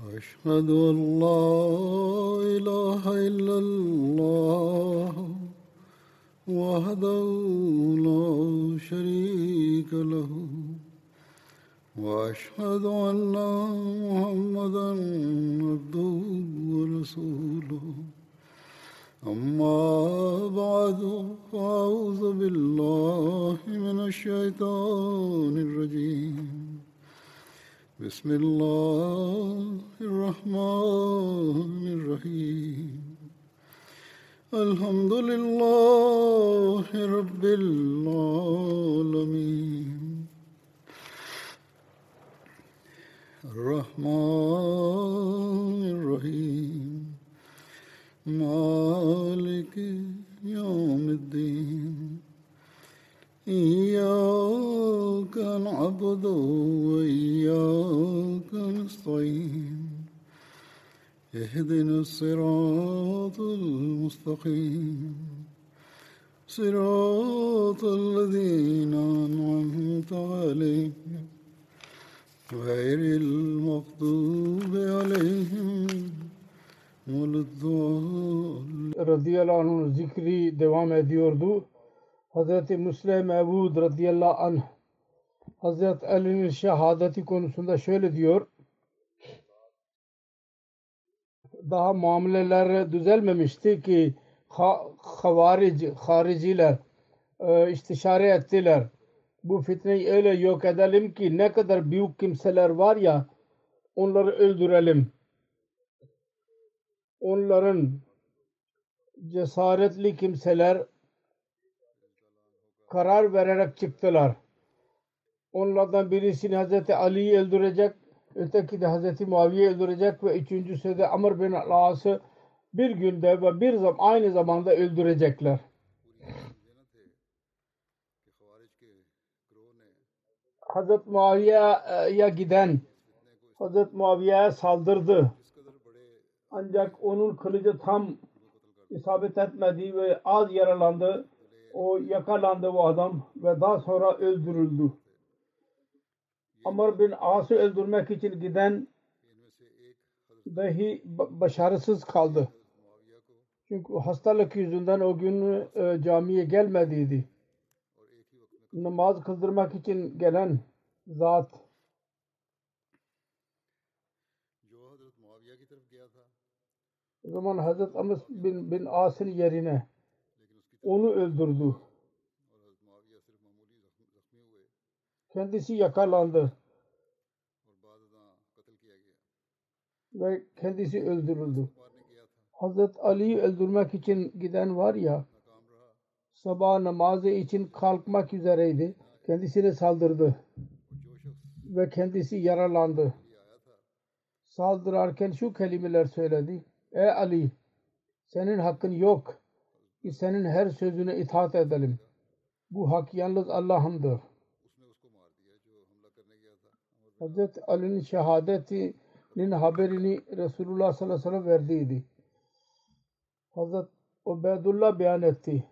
أشهد أن لا إله إلا الله وحده لا شريك له وأشهد أن محمدا عبده ورسوله أما بعد فأعوذ بالله من الشيطان الرجيم بسم الله الرحمن الرحيم الحمد لله رب العالمين الرحمن الرحيم مالك يوم الدين إياك نعبد وإياك نستعين اهدنا الصراط المستقيم صراط الذين أنعمت عليهم غير المغضوب عليهم ولا الضالين. Radıyallahu anh'ın zikri devam ediyordu. Hazreti Müslim Mevud radıyallahu anh Hazreti Ali'nin şehadeti konusunda şöyle diyor. Daha muameleler düzelmemişti ki hariciler istişare ettiler. Bu fitneyi öyle yok edelim ki ne kadar büyük kimseler var ya onları öldürelim. Onların cesaretli kimseler karar vererek çıktılar. Onlardan birisini Hazreti Ali'yi öldürecek, öteki de Hazreti Muaviye'yi öldürecek ve üçüncüsü de Amr bin al-As'ı bir günde ve aynı zamanda öldürecekler. Hazreti Muaviye'ye giden Hazreti Muaviye'ye saldırdı. Ancak onun kılıcı tam isabet etmedi ve az yaralandı. O yakalandı bu adam ve daha sonra öldürüldü. Amr bin As'ı öldürmek için giden dahi başarısız kaldı. Çünkü hastalık yüzünden o gün camiye gelmediydi. Namaz kıldırmak için gelen zat o zaman Hazreti Amr bin As'ın yerine onu öldürdü. Kendisi yakalandı ve kendisi öldürüldü. Hazreti Ali'yi öldürmek için giden var ya sabah namazı için kalkmak üzereydi. Kendisine saldırdı ve kendisi yaralandı. Saldırırken şu kelimeler söyledi. Ey Ali, senin hakkın yok ki senin her sözüne itaat edelim. Bu hak yalnız Allah'ındır. Hazreti Ali'nin şehadetinin haberini Resulullah sallallahu aleyhi ve sellem verdiydi. Hazreti Ubeydullah beyan etti.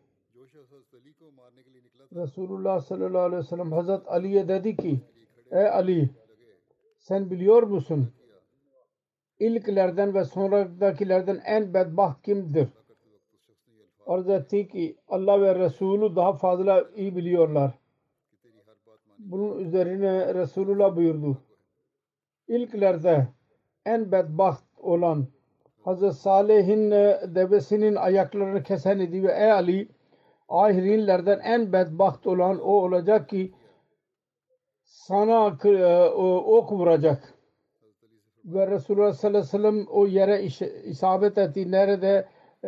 Resulullah sallallahu aleyhi ve sellem Hazreti Ali'ye dedi ki ey Ali, sen biliyor musun ilklerden ve sonradakilerden en bedbaht kimdir? Arz etti ki Allah ve Resulü daha fazla iyi biliyorlar. Bunun üzerine Resulullah buyurdu. İlklerde en bedbaht olan Hazreti Salih'in devesinin ayaklarını kesen idi ve ey Ali, ahirinlerden en bedbaht olan o olacak ki sana ok vuracak. Ve Resulullah sallallahu aleyhi ve sellem o yere isabet etti. Nerede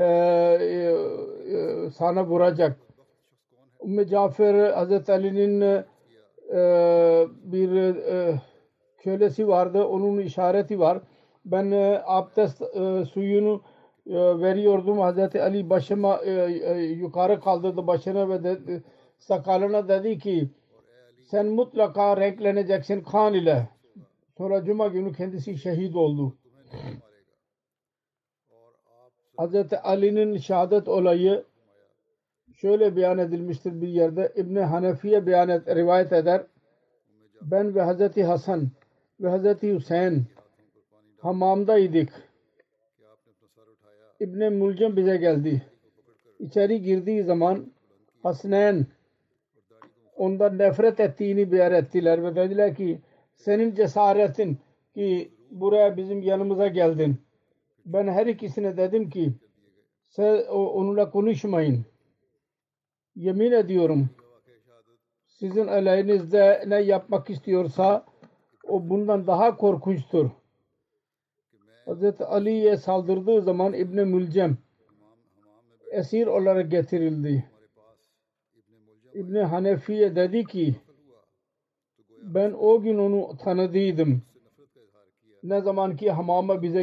sana vuracak. Ümmü Cafer Hazreti Ali'nin bir kölesi vardı. Onun işareti var. Ben abdest suyunu veriyordum. Hazreti Ali başıma yukarı kaldırdı başına ve sakalına dedi ki sen mutlaka renkleneceksin kan ile. Sonra Cuma günü kendisi şehit oldu. Hazreti Ali'nin şehadet olayı şöyle beyan edilmiştir bir yerde. İbn Hanefiye rivayet eder. Ben ve Hazreti Hasan ve Hazreti Hüseyin hamamdaydık. İbn Mulcem bize geldi. İçeri girdiği zaman Hasneyn ondan nefret ettiğini beyan ettiler ve dediler ki senin cesaretin ki buraya bizim yanımıza geldin. Ben her ikisine dedim ki sen onunla konuşmayın. Yemin ediyorum sizin aleyhinizde ne yapmak istiyorsa o bundan daha korkunçtur. Hazreti Ali'ye saldırdığı zaman İbn Mulcem esir olarak getirildi. İbn Hanefi'ye dedi ki ben o gün onu tanıdıydım. Ne zaman ki hamama bize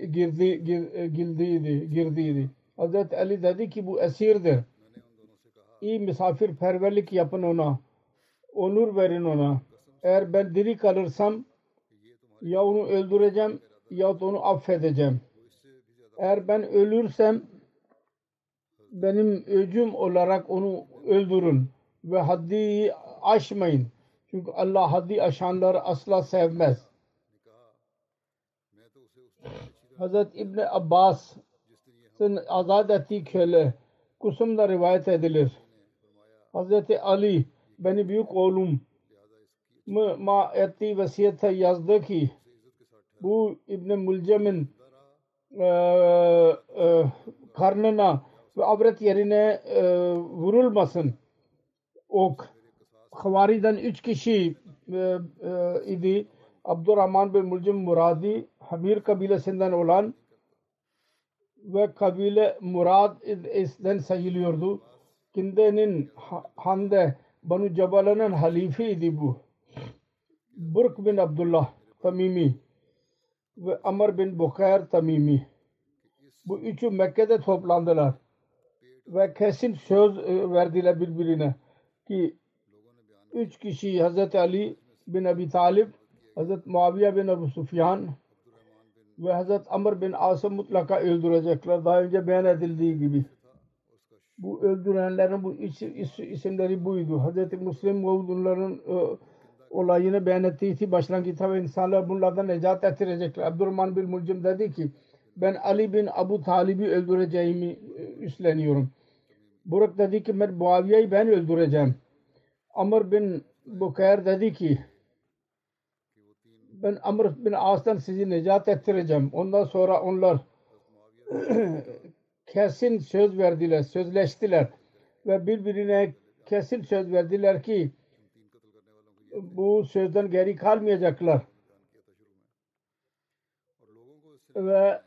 girdiydi. Hazreti Ali dedi ki bu esirdir. İyi misafirperverlik yapın ona. Onur verin ona. Eğer ben diri kalırsam ya onu öldüreceğim ya onu affedeceğim. Eğer ben ölürsem benim öcüm olarak onu öldürün ve haddi aşmayın. Çünkü Allah haddi aşanları asla sevmez. Hazreti İbni Abbas'ın azat ettiği köle Kusum'da rivayet edilir. Hazreti Ali beni büyük oğlum ma ettiği vasiyete yazdı ki bu İbn Mulcem'in karnına ve avret yerine vurulmasın. Ok. Havari'den 3 kişi idi. Abdurrahman bin Mulcem Muradi Hamir kabilesinden olan ve kabile Murad'den sayılıyordu. Kinde'nin Hande Banu Cebala'nın halifeydi bu. Burk bin Abdullah Tamimi ve Amr bin Bukhair Tamimi. Bu üçü Mekke'de toplandılar ve kesin söz verdiler birbirine ki 3 kişi Hazreti Ali bin Abi Talib, Hazreti Muaviye bin Ebu Sufyan ve Hazreti Amr bin As'ı mutlaka öldürecekler. Daha önce beyan edildiği gibi. Bu öldürenlerin bu isimleri buydu. Hazreti Müslim bunların olayını beyan ettiği başlangıçta ve insanlar bunlardan necat ettirecekler. Abdurrahman bin Mulcem dedi ki ben Ali bin Abu Talib'i öldüreceğimi üstleniyorum. Burak dedi ki ben Muaviye'yi ben öldüreceğim. Amr bin Bukhair dedi ki ben Amr bin As'tan sizi necat ettireceğim. Ondan sonra onlar kesin söz verdiler, sözleştiler ve birbirine kesin söz verdiler ki bu sözden geri kalmayacaklar ve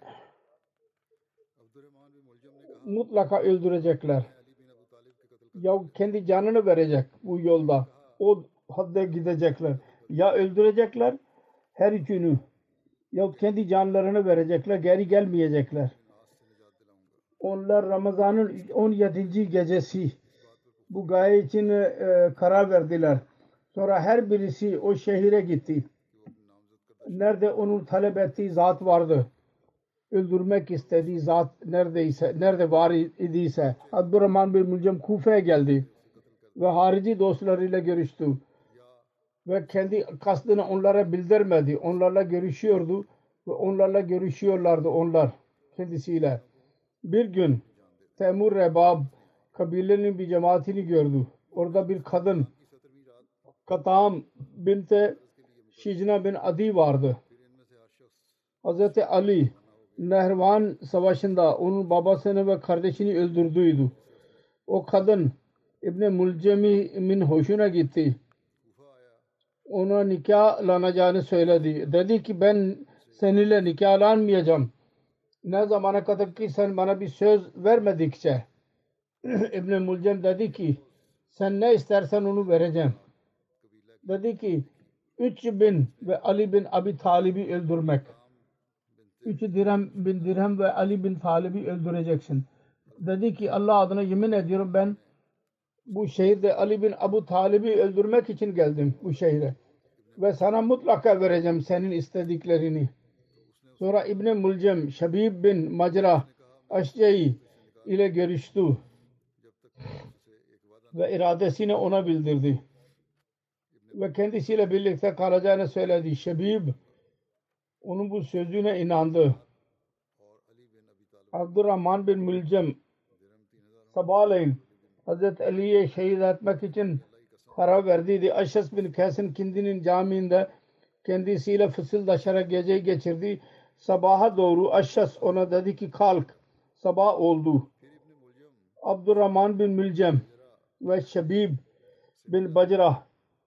mutlaka öldürecekler. Ya kendi canını verecek bu yolda. O hadde gidecekler. Ya öldürecekler her üçünü ya kendi canlarını verecekler. Geri gelmeyecekler. Onlar Ramazan'ın 17. gecesi bu gaye için karar verdiler. Sonra her birisi o şehire gitti. Nerede onun talep ettiği zat vardı. Öldürmek istediği zat nerede var idiyse Abdurrahman bin Mulcem Kufe'ye geldi ve harici dostlarıyla görüştü ve kendi kastını onlara bildirmedi. Onlarla görüşüyordu ve onlarla görüşüyorlardı onlar kendisiyle. Bir gün Temur Rebab kabilenin bir cemaatini gördü. Orada bir kadın Katam binte Şicna bin Adi vardı. Hazreti Ali Nehrivan Savaşı'nda onun babasını ve kardeşini öldürdüydü. O kadın İbn Mulcem'in hoşuna gitti. Ona nikahlanacağını söyledi. Dedi ki ben seninle nikahlanmayacağım. Ne zamana kadar ki sen bana bir söz vermedikçe. İbn Mulcem dedi ki sen ne istersen onu vereceğim. Dedi ki 3000 ve Ali bin Abi Talib'i öldürmek. 3 dirhem ve Ali bin Talib'i öldüreceksin. Dedi ki Allah adına yemin ediyorum ben bu şehirde Ali bin Abu Talib'i öldürmek için geldim bu şehre. Ve sana mutlaka vereceğim senin istediklerini. Sonra İbn Mulcem Şabib bin Macra Aşcai ile görüştü ve iradesini ona bildirdi. Ve kendisiyle birlikte kalacağını söyledi. Şabib onun bu sözüne inandı. Abdurrahman bin Mülcem sabahleyin Hazreti Ali'ye şehit etmek için karar verdiydi. Aşas bin Kays'ın kendinin camiinde kendisiyle fısıldaşarak geceyi geçirdi. Sabaha doğru Aşas ona dedi ki kalk. Sabah oldu. Abdurrahman bin Mülcem ve Şebib bin Bacrah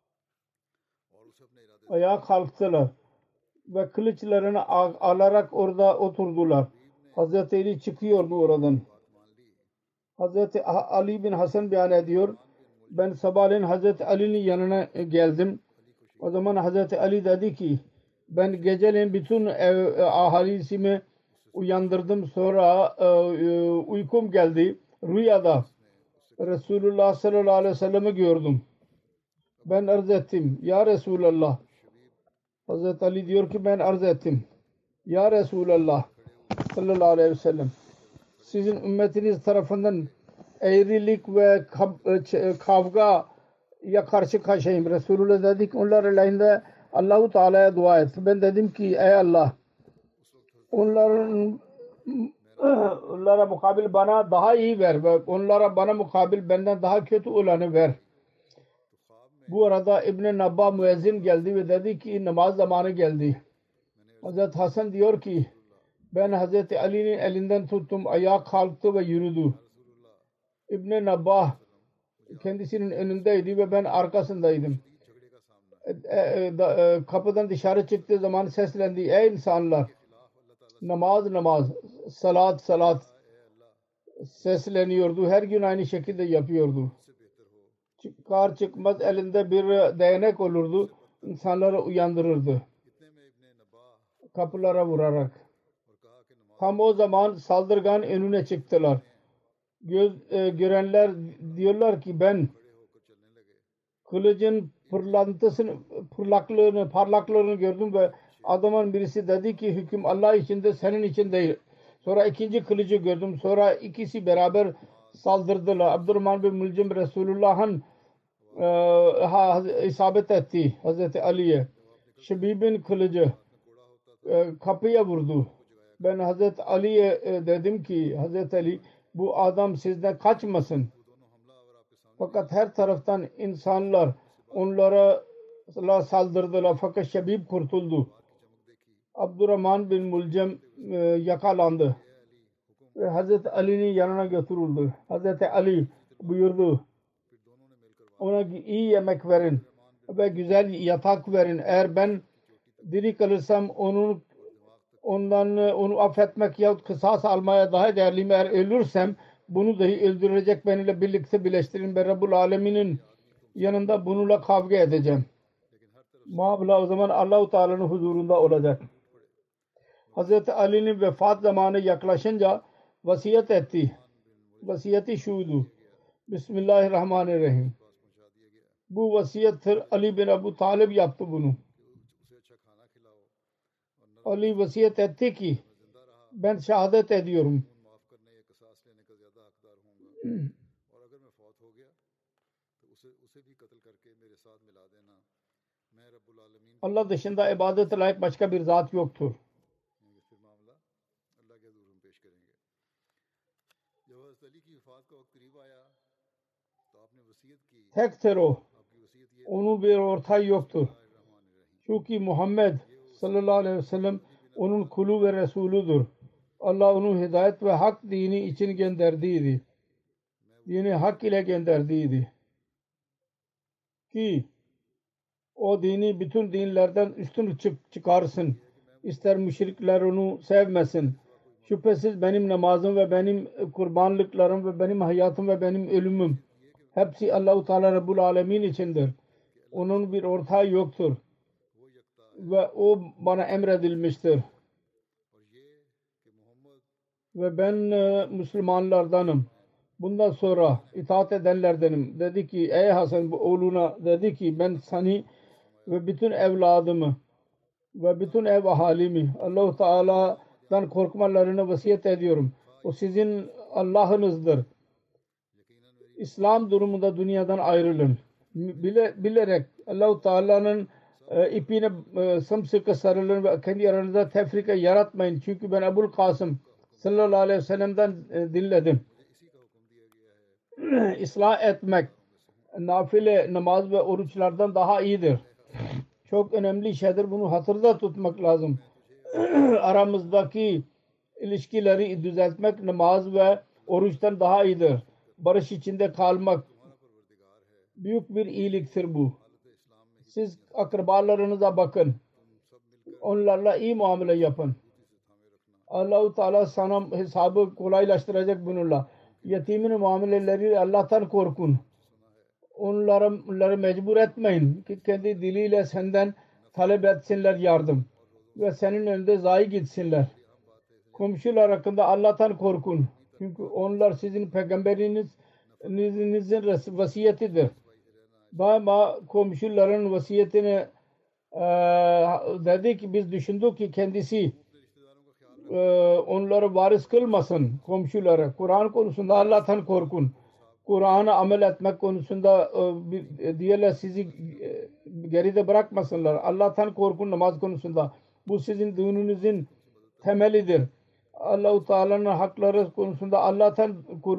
ayağa kalktılar ve kılıçlarını alarak orada oturdular. Hazreti Ali çıkıyordu oradan. Hazreti Ali bin Hasan beyan ediyor. Ben sabahleyin Hazreti Ali'nin yanına geldim. O zaman Hazreti Ali dedi ki ben geceleyin bütün ahalisimi uyandırdım. Sonra uykum geldi. Rüyada Resulullah sallallahu aleyhi ve sellem'i gördüm. Ben arz ettim. Ya Resulallah. Hazreti Ali diyor ki ben arz ettim. Ya Resulallah sallallahu aleyhi ve sellem. Sizin ümmetiniz tarafından eğrilik ve kavga ya karşı karşıyayım. Resulullah dedi ki onlar aleyhinde Allah-u Teala'ya dua et. Ben dedim ki ey Allah onlara mukabil bana daha iyi ver ve onlara bana mukabil benden daha kötü olanı ver. Bu arada İbn-i Nabba müezzin geldi ve dedi ki namaz zamanı geldi. Hazreti Hasan diyor ki ben Hazreti Ali'nin elinden tuttum, ayağa kalktı ve yürüdü. İbn-i Nabba kendisinin önündeydi ve ben arkasındaydım. Kapıdan dışarı çıktığı zaman seslendi. Ey insanlar! Namaz namaz, salat salat sesleniyordu. Her gün aynı şekilde yapıyordu. Çıkar çıkmaz elinde bir değnek olurdu. İnsanları uyandırırdı. Kapılara vurarak. Tam o zaman saldırgan önüne çıktılar. Görenler diyorlar ki ben kılıcın parlaklığını gördüm ve adamın birisi dedi ki hüküm Allah içinde senin için değil. Sonra ikinci kılıcı gördüm. Sonra ikisi beraber saldırdılar. Abdurrahman bin Mülcem Resulullah'ın isabet etti Hazreti Ali'ye. Şebib'in kılıcı kapıya vurdu. Ben Hazreti Ali'ye dedim ki Hazreti Ali bu adam sizden kaçmasın. Fakat her taraftan insanlar onlara saldırdılar. Fakat Şebib kurtuldu. Abdurrahman bin Mülcem yakalandı. Ve Hazreti Ali'nin yanına götürüldü. Hazreti Ali buyurdu. Ona iyi yemek verin ve güzel yatak verin. Eğer ben diri kalırsam onu affetmek yahut kısas almaya daha değerliyim. Eğer ölürsem bunu dahi öldürecek benimle birlikte birleştirin. Ben Rabbul Alemin'in yanında bununla kavga edeceğim. Muhabla o zaman Allah-u Teala'nın huzurunda olacak. Hazreti Ali'nin vefat zamanı yaklaşınca vasiyet etti. Vasiyeti şuydu. Bismillahirrahmanirrahim. Bu vasiyettir. Ali bin Ebu Talib yaptı bunu. Ali vasiyet etti ki ben şehadet ediyorum. Allah dışında ibadete layık başka bir zat yoktur. Tektir o. Onun bir ortağı yoktur. Çünkü Muhammed sallallahu aleyhi ve sellem onun kulu ve Resuludur. Allah onu hidayet ve hak dini için gönderdiydi. Dini hak ile gönderdiydi. Ki o dini bütün dinlerden üstün çıkarsın. İster müşrikler onu sevmesin. Şüphesiz benim namazım ve benim kurbanlıklarım ve benim hayatım ve benim ölümüm hepsi Allah-u Teala Rabbul Alemin içindir. Onun bir ortağı yoktur. Ve o bana emredilmiştir. Ve ben Müslümanlardanım. Bundan sonra itaat edenlerdenim. Dedi ki ey Hasan bu oğluna dedi ki ben seni ve bütün evladımı ve bütün ev ahalimi Allah-u Teala'dan korkmalarını vasiyet ediyorum. O sizin Allah'ınızdır. İslam durumunda dünyadan ayrılın. Bilerek Allah-u Teala'nın ipine sımsıkı sarılın ve kendi aranızda tefrika yaratmayın. Çünkü ben Ebul Kasım sallallahu aleyhi ve sellem'den dinledim. İslah etmek nafile namaz ve oruçlardan daha iyidir. Çok önemli şeydir. Bunu hatırda tutmak lazım. Aramızdaki ilişkileri düzeltmek namaz ve oruçtan daha iyidir. Barış içinde kalmak büyük bir iyiliktir bu. Siz akrabalarınıza bakın. Onlarla iyi muamele yapın. Allah-u Teala sana hesabı kolaylaştıracak bununla. Yetimin muameleleri Allah'tan korkun. Onları mecbur etmeyin ki kendi diliyle senden talep etsinler yardım ve senin önünde zayi gitsinler. Komşular hakkında Allah'tan korkun. Çünkü onlar sizin peygamberinizin vasiyetidir. Daima komşuların vasiyetini dedi ki biz düşündük ki kendisi onları varis kılmasın komşuları. Kur'an konusunda Allah'tan korkun. Kur'an'a amel etmek konusunda diğerler sizi geride bırakmasınlar. Allah'tan korkun namaz konusunda. Bu sizin dinunuzun temelidir. Allah-u Teala'nın hakları konusunda Allah'tan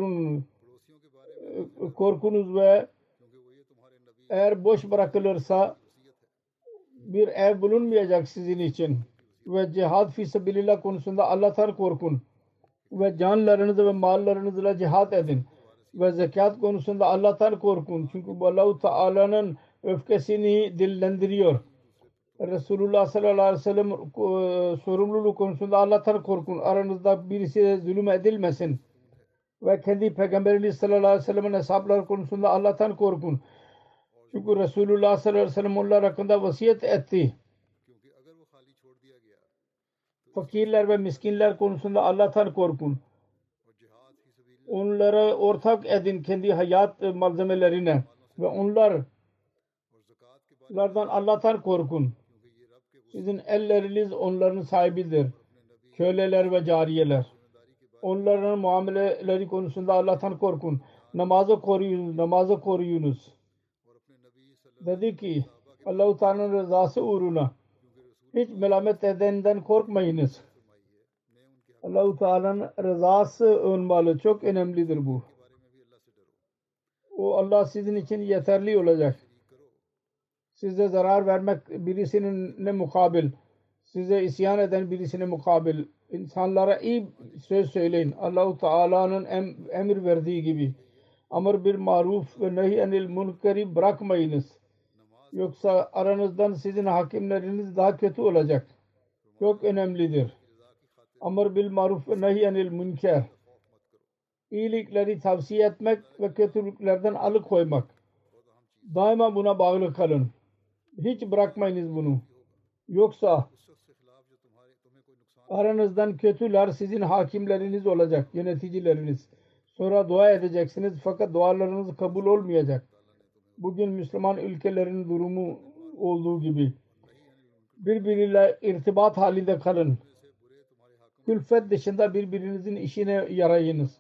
korkunuz ve eğer boş bırakılırsa bir ev bulunmayacak sizin için. Ve cihad fisabilillah konusunda Allah'tan korkun. Ve canlarınızı ve mallarınızla cihad edin. Ve zekat konusunda Allah'tan korkun. Çünkü bu Allah-u Teala'nın öfkesini dillendiriyor. Resulullah sallallahu aleyhi ve sellem sorumluluk konusunda Allah'tan korkun. Aranızda birisi zulüm edilmesin. Ve kendi Peygamberimiz sallallahu aleyhi ve sellem'in hesapları konusunda Allah'tan korkun. Çünkü Resulullah sallallahu aleyhi ve sellem onlar hakkında vasiyet etti. Fakirler ve miskinler konusunda Allah'tan korkun. Onlara ortak edin kendi hayat malzemelerine ve onlardan Allah'tan korkun. Sizin elleriniz onların sahibidir. Köleler ve cariyeler. Onların muameleleri konusunda Allah'tan korkun. Namazı koruyunuz. Dedi ki Allah-u Teala'nın rızası uğruna hiç melamet edenden korkmayınız. Allah-u Teala'nın rızası olmalı. Çok önemlidir bu. O Allah sizin için yeterli olacak. Size zarar vermek birisinin ne mukabil, size isyan eden birisine mukabil, insanlara iyi söz söyleyin. Allah-u Teala'nın emir verdiği gibi. Amr bil maruf ve nehy anil munkeri bırakmayınız. Yoksa aranızdan sizin hakimleriniz daha kötü olacak. Çok önemlidir. Amr bil maruf ve nehy anil münker. İyilikleri tavsiye etmek ve kötülüklerden alıkoymak. Daima buna bağlı kalın. Hiç bırakmayınız bunu. Yoksa aranızdan kötüler sizin hakimleriniz olacak, yöneticileriniz. Sonra dua edeceksiniz fakat dualarınız kabul olmayacak. Bugün Müslüman ülkelerin durumu olduğu gibi. Birbiriyle irtibat halinde kalın. Külfet dışında birbirinizin işine yarayınız.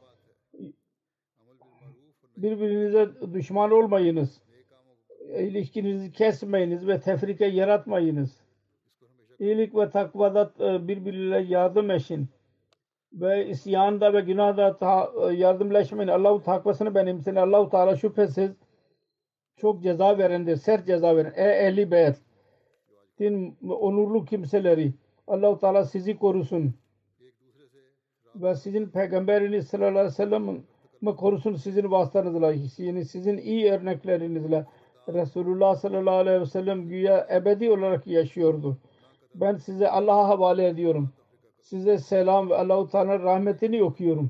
Birbirinize düşman olmayınız. İlişkinizi kesmeyiniz ve tefrike yaratmayınız. İyilik ve takvada birbiriyle yardım edin. Ve isyanda ve günahda yardımlaşmayın. Allah-u takvasını benimseyin. Allah-u Teala şüphesiz çok ceza verendir. Sert ceza veren. Ey ehli beyt, onurlu kimseleri, Allah-u Teala sizi korusun. Ve sizin Peygamberiniz sallallahu aleyhi ve sellem korusun sizin vasıtanızla. Yani sizin iyi örneklerinizle. Resulullah sallallahu aleyhi ve sellem güya ebedi olarak yaşıyordu. Ben size Allah'a havale ediyorum. Size selam ve Allah-u Teala'nın rahmetini okuyorum.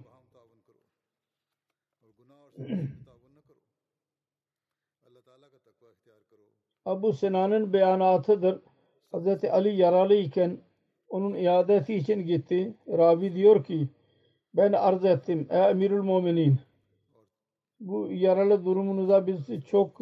Abu Sinan'ın beyanatıdır. Hz. Ali yaralı iken onun iadesi için gitti. Ravi diyor ki ben arz ettim. Ey Emirül Muminin, bu yaralı durumunuza biz çok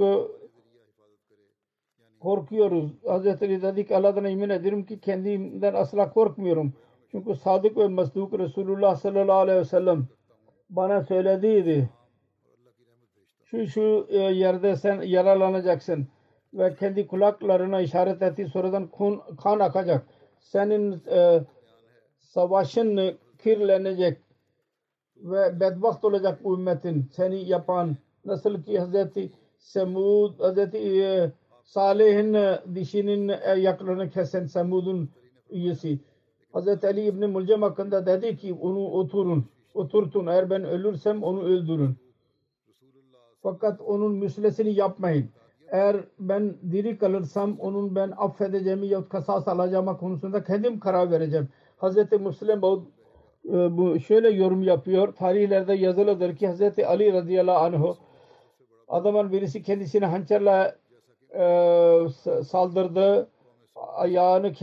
korkuyoruz. Hz. Ali dedi ki Allah'tan emin ederim ki kendimden asla korkmuyorum. Çünkü sadık ve mesduk Resulullah sallallahu aleyhi ve sellem bana söylediydi. Şu yerde sen yaralanacaksın. ve kendi kulaklarına işaret etti. Sonradan kan akacak. Senin savaşın kirlenecek ve bedbaht olacak bu ümmetin seni yapan. Nasıl ki Hazreti Semud, Hazreti Salih'in dişinin ayaklarını kesen Semud'un üyesi. Hazreti Ali İbni Mulcem hakkında dedi ki onu oturtun. Eğer ben ölürsem onu öldürün. Fakat onun müslesini yapmayın. Eğer ben diri kalırsam onun ben affedeceğimi yahut kasas alacağıma konusunda kendim karar vereceğim. Hazreti Müslim bu şöyle yorum yapıyor. Tarihlerde yazılıdır ki Hazreti Ali radıyallahu anh adamın birisi kendisine hançerle saldırdı. Ayağını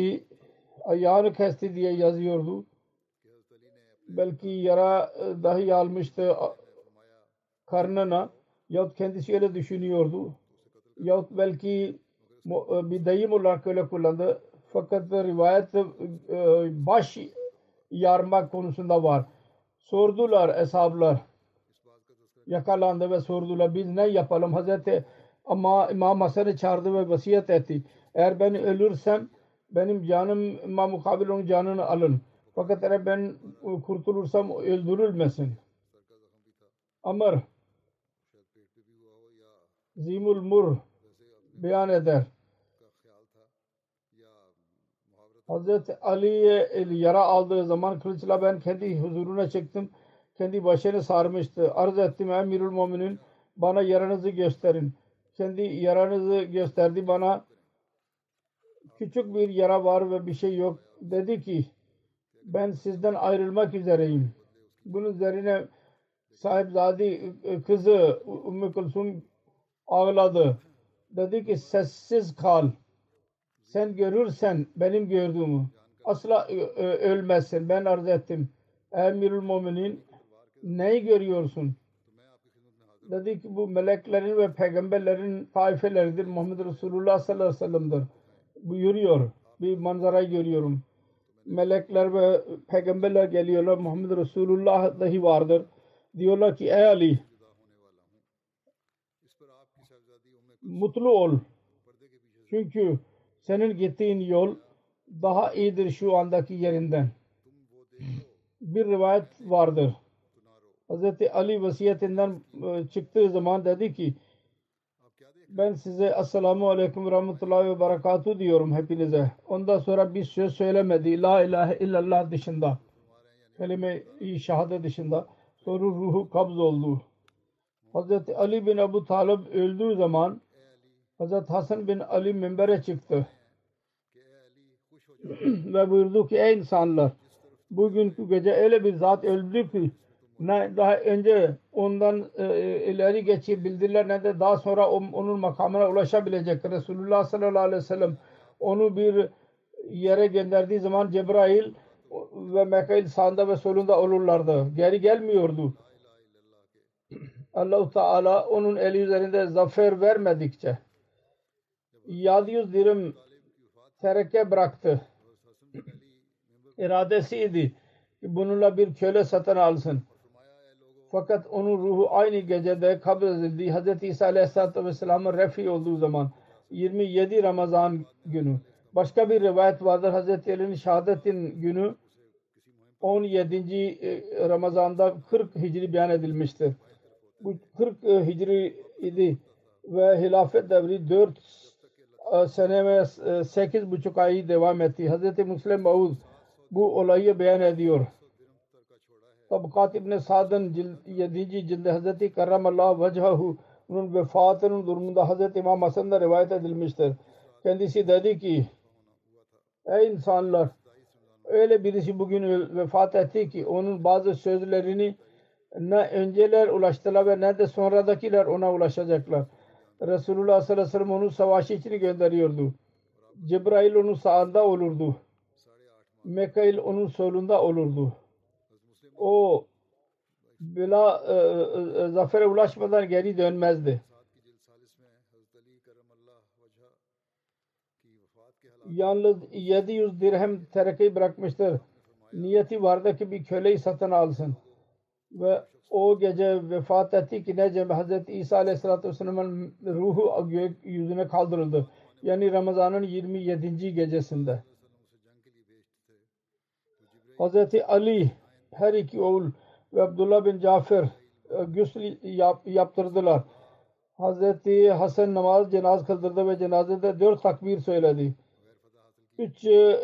kesti diye yazıyordu. Belki yara dahi almıştı karnına. Yahut kendisi öyle düşünüyordu. Yahut belki bir deyim olarak öyle kullandı. Fakat rivayet baş yarmak konusunda var. Sordular eshablar. Yakalandı ve sordular biz ne yapalım? Hazreti ama İmam Hasan'ı çağırdı ve vasiyet etti. Eğer ben ölürsem benim canıma mukabil onun canını alın. Fakat eğer ben kurtulursam öldürülmesin. Amr Zimul Mur beyan eder. Hazreti Ali'ye yara aldığı zaman kılıçla ben kendi huzuruna çıktım. Kendi başını sarmıştı. Arz ettim Emirül Müminin bana yaranızı gösterin. Kendi yaranızı gösterdi bana. Küçük bir yara var ve bir şey yok. Dedi ki ben sizden ayrılmak üzereyim. Bunun üzerine sahipzade kızı Ümmü Kulsum ağladı. Dedi ki sessiz kal. Sen görürsen benim gördüğümü asla ölmezsin. Ben arz ettim. Emirül Müminin neyi görüyorsun? Dedi ki bu meleklerin ve peygamberlerin taifeleridir. Muhammed Resulullah sallallahu aleyhi ve sellem'dir. Buyuruyor. Bir manzarayı görüyorum. Melekler ve peygamberler geliyorlar. Muhammed Resulullah dahi vardır. Diyorlar ki ey Ali mutlu ol. Çünkü senin gittiğin yol daha iyidir şu andaki yerinden. Bir rivayet vardır. Hazreti Ali vasiyetinden çıktığı zaman dedi ki ben size Esselamu Aleyküm ve Rahmetullahi ve Berekatuhu diyorum hepinize. Ondan sonra bir söz söylemedi. La ilahe illallah dışında. Kelime-i şehadet dışında. Sonra ruhu kabz oldu. Hazreti Ali bin Ebu Talib öldüğü zaman Hazreti Hasan bin Ali minbere çıktı. Ve buyurdu ki ey insanlar bugünkü gece öyle bir zat öldü ki ne daha önce ondan ileri geçebildiler ne de daha sonra onun makamına ulaşabilecek. Resulullah sallallahu aleyhi ve sellem onu bir yere gönderdiği zaman Cebrail ve Mekail sağında ve solunda olurlardı. Geri gelmiyordu. Allah-u Teala onun eli üzerinde zafer vermedikçe 700 dirhem tereke bıraktı. İradesiydi ki bununla bir köle satın alsın. Fakat onun ruhu aynı gecede kabz edildi. Hz. İsa Aleyhisselatü Vesselam'ın refi olduğu zaman 27 Ramazan günü. Başka bir rivayet vardır. Hz. Ali'nin şehadetin günü 17. Ramazan'da 40 Hicri beyan edilmiştir. Bu 40 Hicri idi ve hilafet devri 4 sene ve 8,5 ay devam etti. Hz. Müslim Maud bu olayı beyan ediyor. Tabkat İbn Sa'd'ın 7. cilde Hz. Karramallahu Vajhahu onun vefatının durumunda Hz. İmam Hasan'da rivayet edilmiştir. Kendisi dedi ki ey insanlar öyle birisi bugün vefat etti ki onun bazı sözlerini ne önceler ulaştılar ve ne de sonradakiler ona ulaşacaklar. Resulullah sallallahu aleyhi ve sellem onu savaşı için gönderiyordu. Cebrail onun sağında olurdu. Mekail onun solunda olurdu. O bila zafere ulaşmadan geri dönmezdi. Yalnız 700 dirhem terekeyi bırakmıştır. Niyeti vardı ki bir köleyi satın alsın. ve o gece vefat etti ki Necm Hazreti İsa Aleyhisselatü Vesselam'ın ruhu gökyüzüne kaldırıldı. Yani Ramazan'ın 27. gecesinde. Hazreti Ali her iki oğul ve Abdullah bin Cafer gusül yaptırdılar. Hazreti Hasan namaz cenaz kıldırdı ve cenazede 4 takbir söyledi. 3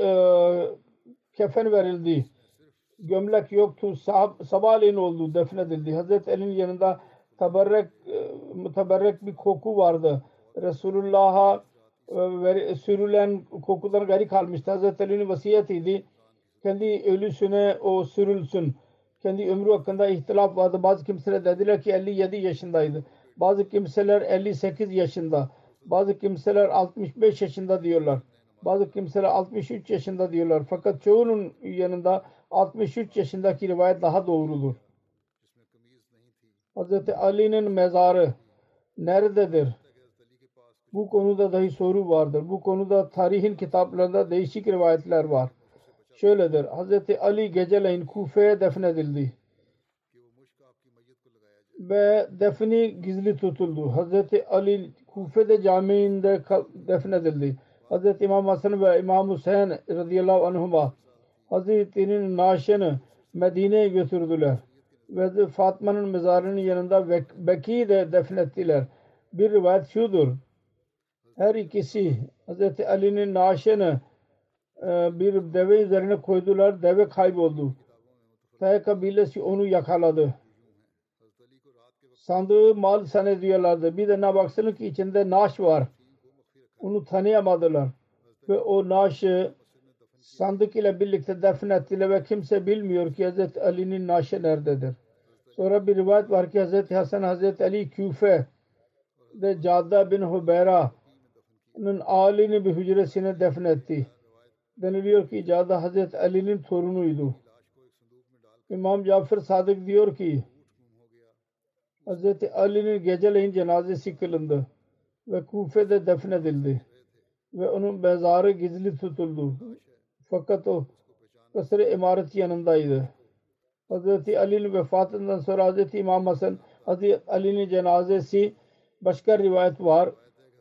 kefen verildi. Gömlek yoktu. Sabahleyin oldu. Defnedildi. Hazreti Ali'nin yanında müteberrek bir koku vardı. Resulullah'a sürülen kokudan gari kalmıştı. Hazreti Ali'nin vasiyetiydi. Kendi ölüsüne o sürülsün. Kendi ömrü hakkında ihtilaf vardı. Bazı kimseler dediler ki 57 yaşındaydı. Bazı kimseler 58 yaşında. Bazı kimseler 65 yaşında diyorlar. Bazı kimseler 63 yaşında diyorlar. Fakat çoğunun yanında 63 yaşındaki rivayet daha doğrudur. Hazreti Ali'nin mezarı nerededir? Bu konuda dahi soru vardır. Bu konuda tarihin kitaplarında değişik rivayetler var. Şöyledir. Hazreti Ali geceleyin Kufe'ye defnedildi. Ve defni gizli tutuldu. Hazreti Ali Kufe'de camiinde defnedildi. Hazreti İmam Hasan ve İmam Hüseyin radıyallahu anhuma Hazreti'nin naaşını Medine'ye götürdüler. Ve Fatma'nın mezarının yanında Beki'de defnettiler. Bir rivayet şudur. Her ikisi Hazreti Ali'nin naaşını bir deve üzerine koydular. Deve kayboldu. Tay kabilesi onu yakaladı. Sandığı mal zannediyorlardı. Bir de ne baksana ki içinde naaş var. Onu tanıyamadılar. Ve o naaşı sandık ile birlikte defnettiler ve kimse bilmiyor ki Hazreti Ali'nin naaşı nerededir. Sonra bir rivayet var ki Hazreti Hasan Hazreti Ali Küfe'de Cadda bin Hubeyra'nın âlini bir hücresine defnetti. Deniliyor ki Cadda Hazreti Ali'nin torunuydu. İmam Cafer Sadık diyor ki Hazreti Ali'nin geceleyin cenazesi kılındı ve Kufe'de defnedildi ve onun mezarı gizli tutuldu. Fakat o kasr-ı imaret yanındaydı. Hazreti Ali'nin vefatından sonra Hazreti İmam Hasan Hazreti Ali'nin cenazesi başka rivayet var.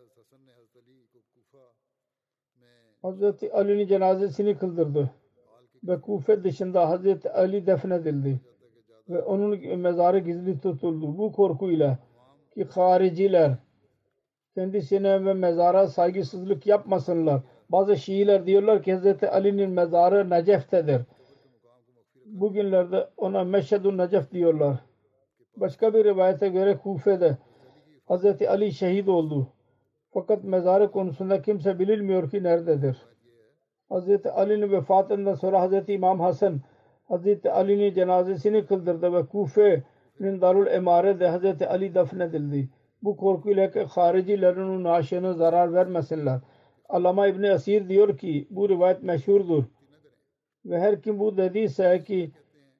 Hazreti Ali'nin cenazesini kıldırdı ve Kufe dışında Hazreti Ali defnedildi ve onun mezarı gizli tutuldu. Bu korkuyla ki hariciler kendisine ve mezara saygısızlık yapmasınlar. Bazı Şiiler diyorlar ki Hazreti Ali'nin mezarı Necef'tedir. Bugünlerde ona Meşhedun Necef diyorlar. Başka bir rivayete göre Kufe'de Hazreti Ali şehit oldu. Fakat mezarı konusunda kimse bilinmiyor ki nerededir. Hazreti Ali'nin vefatından sonra Hazreti İmam Hasan Hazreti Ali'nin cenazesini kıldırdı ve Kufe'nin Darul Emare'de Hazreti Ali defnedildi. Bu korkuyla ki haricilerin onun naaşına zarar vermesinler. Allama İbni Asir diyor ki bu rivayet meşhurdur. Ve her kim bu dediyse ki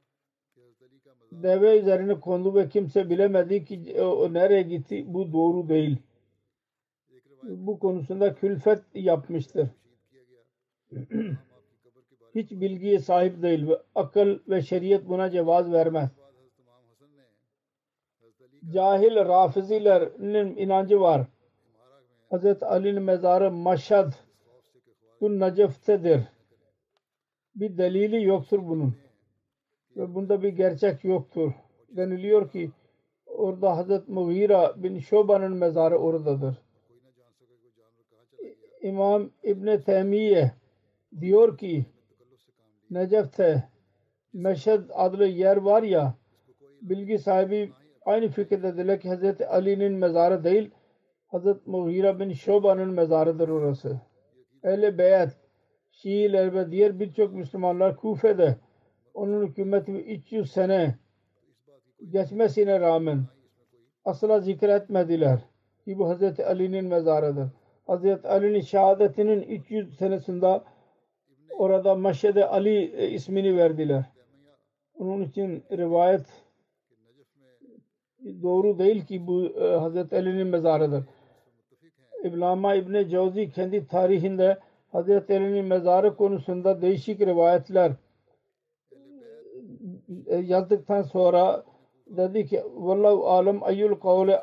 deve üzerine kondu ve kimse bilemedi ki o nereye gitti, bu doğru değil. Bu konusunda külfet yapmıştır. Hiç bilgiye sahip değil ve akıl ve şeriat buna cevaz vermez. Cahil Rafizilerin inancı var. Hazreti Ali'nin mezarı Meşhedun Necef'tedir. Bir delili yoktur bunun. Ve bunda bir gerçek yoktur. Deniliyor ki orada Hazreti Mughira bin Şuba'nın mezarı oradadır. İmam İbn Teymiye diyor ki Necef'te Meşhed adlı yer var ya, bilgi sahibi aynı fikirdedirler ki Hazreti Ali'nin mezarı değil, Hazreti Mughira bin Şuba'nın mezarıdır orası. Ehl-i Beyat, Şiiler ve diğer birçok Müslümanlar Kufe'de onun hükümeti 300 sene geçmesine rağmen asla zikretmediler ki bu Hazreti Ali'nin mezarıdır. Hazreti Ali'nin şehadetinin 300 senesinde orada Meşhed-i Ali ismini verdiler. Onun için rivayet doğru değil ki bu Hazreti Ali'nin mezarıdır. İblama İbni Cevzi kendi tarihinde Hazreti Ali'nin mezarı konusunda değişik rivayetler yazdıktan sonra dedi ki vallahu alem eyyul kavle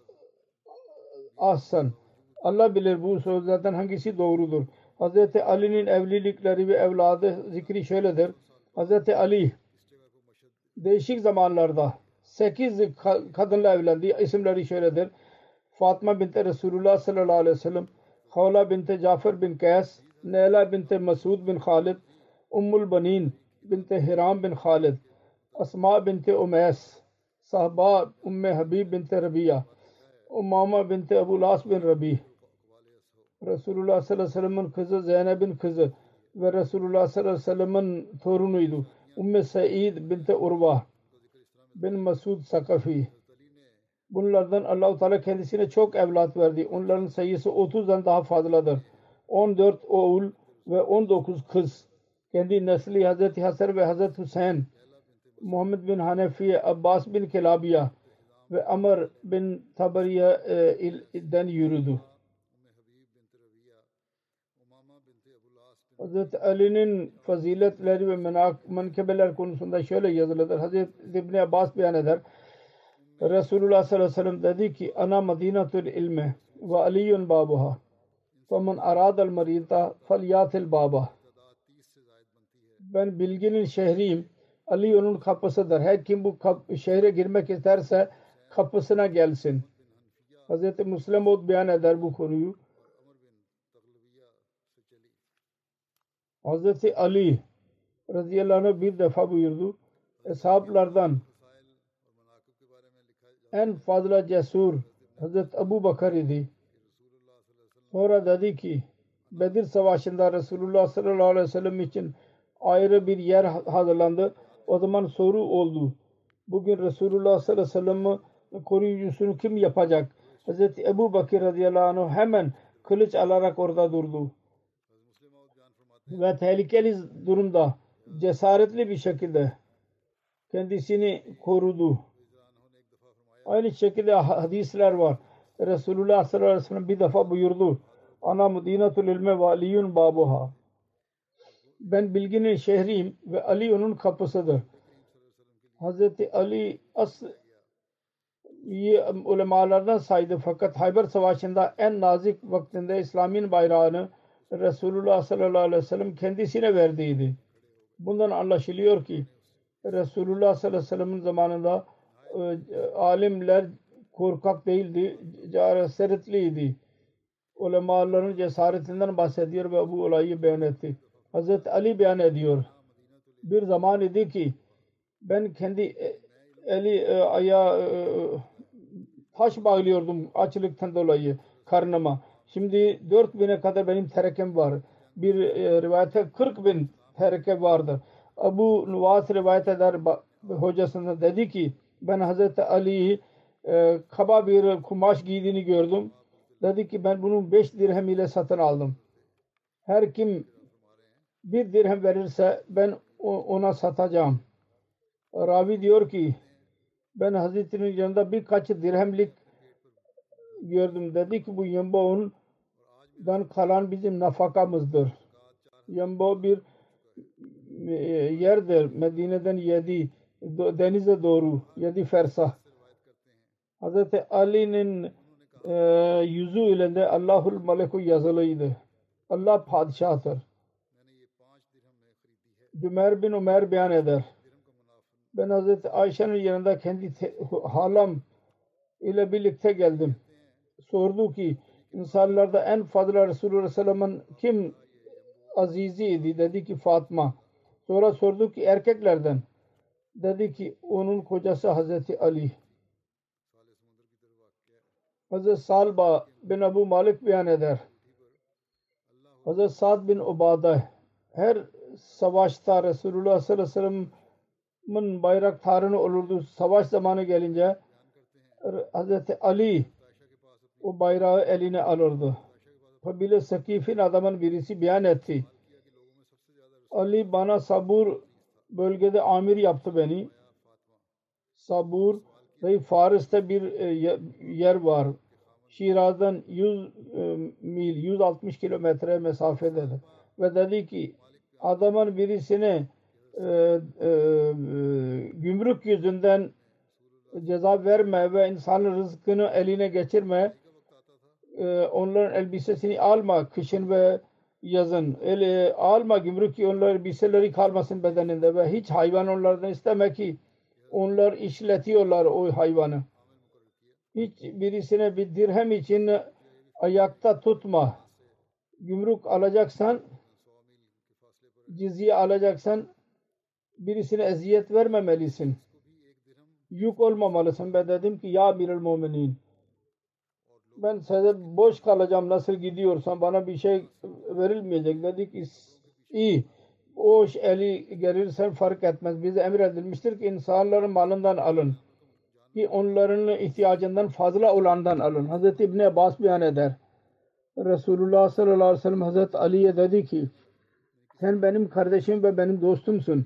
ahsan. Allah bilir bu sözlerden hangisi doğrudur. Hazreti Ali'nin evlilikleri ve evladı zikri şöyledir. Hazreti Ali değişik zamanlarda 8 kadınla evlendi. İsimleri şöyledir. Fatıma binti Resulullah sallallahu aleyhi ve sellem, Havla binti Cafer bin Kays, Neyla binti Masud bin Khalid, Ummul Banin binti Hiram bin Khalid, Asma binti Umays, Sahba Umme Habib binti Rabia, Umama binti Ebu Las bin Rabi. Resulullah sallallahu aleyhi ve sellem'in kızı Zeynep'in kızı ve Resulullah sallallahu aleyhi ve sellem'in torunuydu. Umme Said binti Urva bin Masud Sakafi. Bunlardan Allah-u Teala kendisine çok evlat verdi. Onların sayısı 30'dan daha fazladır. 14 oğul ve 19 kız. Kendi nesli Hazreti Hasan ve Hazreti Hüseyin, Muhammed bin Hanefiye, Abbas bin Kelabiya ve Amr bin Tabariye'den yürüdü. Hazreti Ali'nin faziletleri ve menkebeler konusunda şöyle yazılıdır. Hazreti İbni Abbas beyan eder. Resulullah sallallahu aleyhi ve sellem dedi ki ana madinatul ilmi ve aliyun babuha faman aradal marita felyatil baba. Ben bilginin şehriyim. Ali onun kapısıdır. Her kim bu şehre girmek isterse kapısına gelsin. Hazreti Müslim beyan eder bu konuyu. Hazreti Ali radıyallahu anh bir defa buyurdu. Eshablardan en fazla cesur Hazreti Ebu Bakır idi. Sonra dedi ki Bedir Savaşı'nda Resulullah sallallahu aleyhi ve sellem için ayrı bir yer hazırlandı. O zaman soru oldu. Bugün Resulullah sallallahu aleyhi ve sellem'i koruyucusunu kim yapacak? Hazreti Ebu Bakır radıyallahu anh hemen kılıç alarak orada durdu. Ve tehlikeli durumda cesaretli bir şekilde kendisini korudu. Aynı şekilde hadisler var. Resulullah sallallahu aleyhi ve sellem bir defa buyurdu. Ana Medinatul ilme ve aliyun babuha. Ben bilginin şehriyim ve Ali onun kapısıdır. Hazreti Ali ulemalardan saydı fakat Hayber Savaşı'nda en nazik vaktinde İslam'ın bayrağını Resulullah sallallahu aleyhi ve sellem kendisine verdiydi. Bundan anlaşılıyor ki Resulullah sallallahu aleyhi ve sellem'in zamanında alimler korkak değildi, cesaretliydi. Ulemaların cesaretinden bahsediyor ve bu olayı beyan etti. Hazreti Ali beyan ediyor. Bir zaman idi ki ben kendi ayağı taş bağlıyordum açlıktan dolayı karnıma. Şimdi 4.000'e kadar benim terekem var. Bir rivayete 40.000 tereke vardır. Abu Nuvas rivayet eder hocasından dedi ki ben Hazreti Ali'yi kaba bir kumaş giydiğini gördüm. Dedi ki ben bunu 5 dirhem ile satın aldım. Her kim 1 dirhem verirse ben ona satacağım. Ravi diyor ki ben Hazretleri'nin yanında birkaç dirhemlik gördüm. Dedi ki bu yamboğundan kalan bizim nafakamızdır. Yambo bir yerdir. Medine'den 7 denize doğru 7 fersah. Hazreti Ali'nin yüzü ile Allahul Maleku yazılıydı. Allah padişahtır. Cümer bin Ömer beyan eder. Ben Hazreti Ayşe'nin yanında kendi halam ile birlikte geldim. Sordu ki insanlarda en fazla Resulullah sallallahu aleyhi ve sellem'in kim aziziydi? Dedi ki Fatma. Sonra sordu ki erkeklerden. Dedi ki onun kocası Hazreti Ali. Hazreti Salba bin Ebu Malik beyan eder. Hazreti Sa'd bin Ubade her savaşta Resulullah sallallahu aleyhi ve sellem'in bayraktarını olurdu. Savaş zamanı gelince Hazreti Ali o bayrağı eline alırdı. Kabile Sakif'in adamın birisi beyan etti. Ali bana Sabur bölgede amir yaptı beni. Sabur Faris'te bir yer var. Şiraz'dan 100 mil, 160 kilometre mesafededir. Ve dedi ki adamın birisine gümrük yüzünden ceza verme ve insanın rızkını eline geçirme. Onların elbisesini alma kışın ve yazın. Alma gümrük ki onların elbiseleri kalmasın bedeninde ve hiç hayvan onlardan isteme ki onlar işletiyorlar o hayvanı. Hiç birisine bir dirhem için ayakta tutma. Gümrük alacaksan, cizye alacaksan birisine eziyet vermemelisin. Yük olmamalısın. Ben dedim ki ya Amirul Muminin, ben size boş kalacağım, nasıl gidiyorsan bana bir şey verilmeyecek. Dedi ki iyi, o eli gelirsen fark etmez. Bize emredilmiştir ki insanların malından alın ki onların ihtiyacından fazla olandan alın. Hazreti İbni Abbas beyan eder. Resulullah sallallahu aleyhi ve sellem Hazreti Ali'ye dedi ki sen benim kardeşim ve benim dostumsun.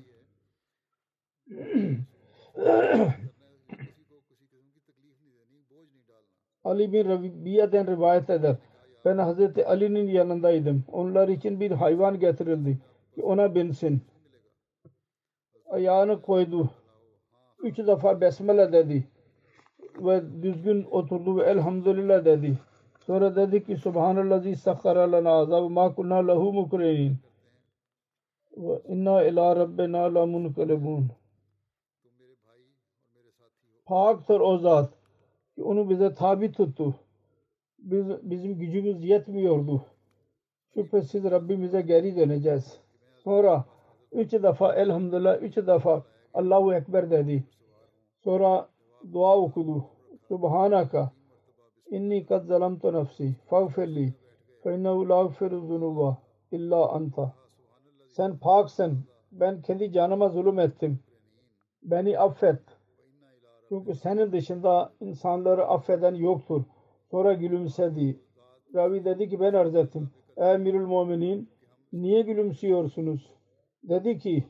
Ali bin Rabi'den rivayet eder. Ben Hazreti Ali'nin yanındaydım. Onlar için bir hayvan getirildi ki ona binsin. Ayağını koydu. 3 defa Besmele dedi. Ve düzgün oturdu ve Elhamdülillah dedi. Sonra dedi ki Subhanallazi sakhara lana azab ma kunna lehu mukrinin ve inna ila rabbina lamunqalibun. Paktır o zat ki onu bize tabi tuttu. Bizim gücümüz yetmiyordu. Şüphesiz Rabbimize geri döneceğiz. Sonra 3 defa Elhamdülillah, 3 defa Allahu Ekber dedi. Sonra dua okudu. Subhanaka inni kad zalamtu nafsi faghfirli fe innehu la yaghfiru zunuba illa anta. Sen paksın. Ben kendi canıma zulüm ettim. Beni affet. Çünkü senin dışında insanları affeden yoktur. Sonra gülümsedi. Ravi dedi ki ben arz ettim. Ey Emirül Muminin, niye gülümsüyorsunuz? Dedi ki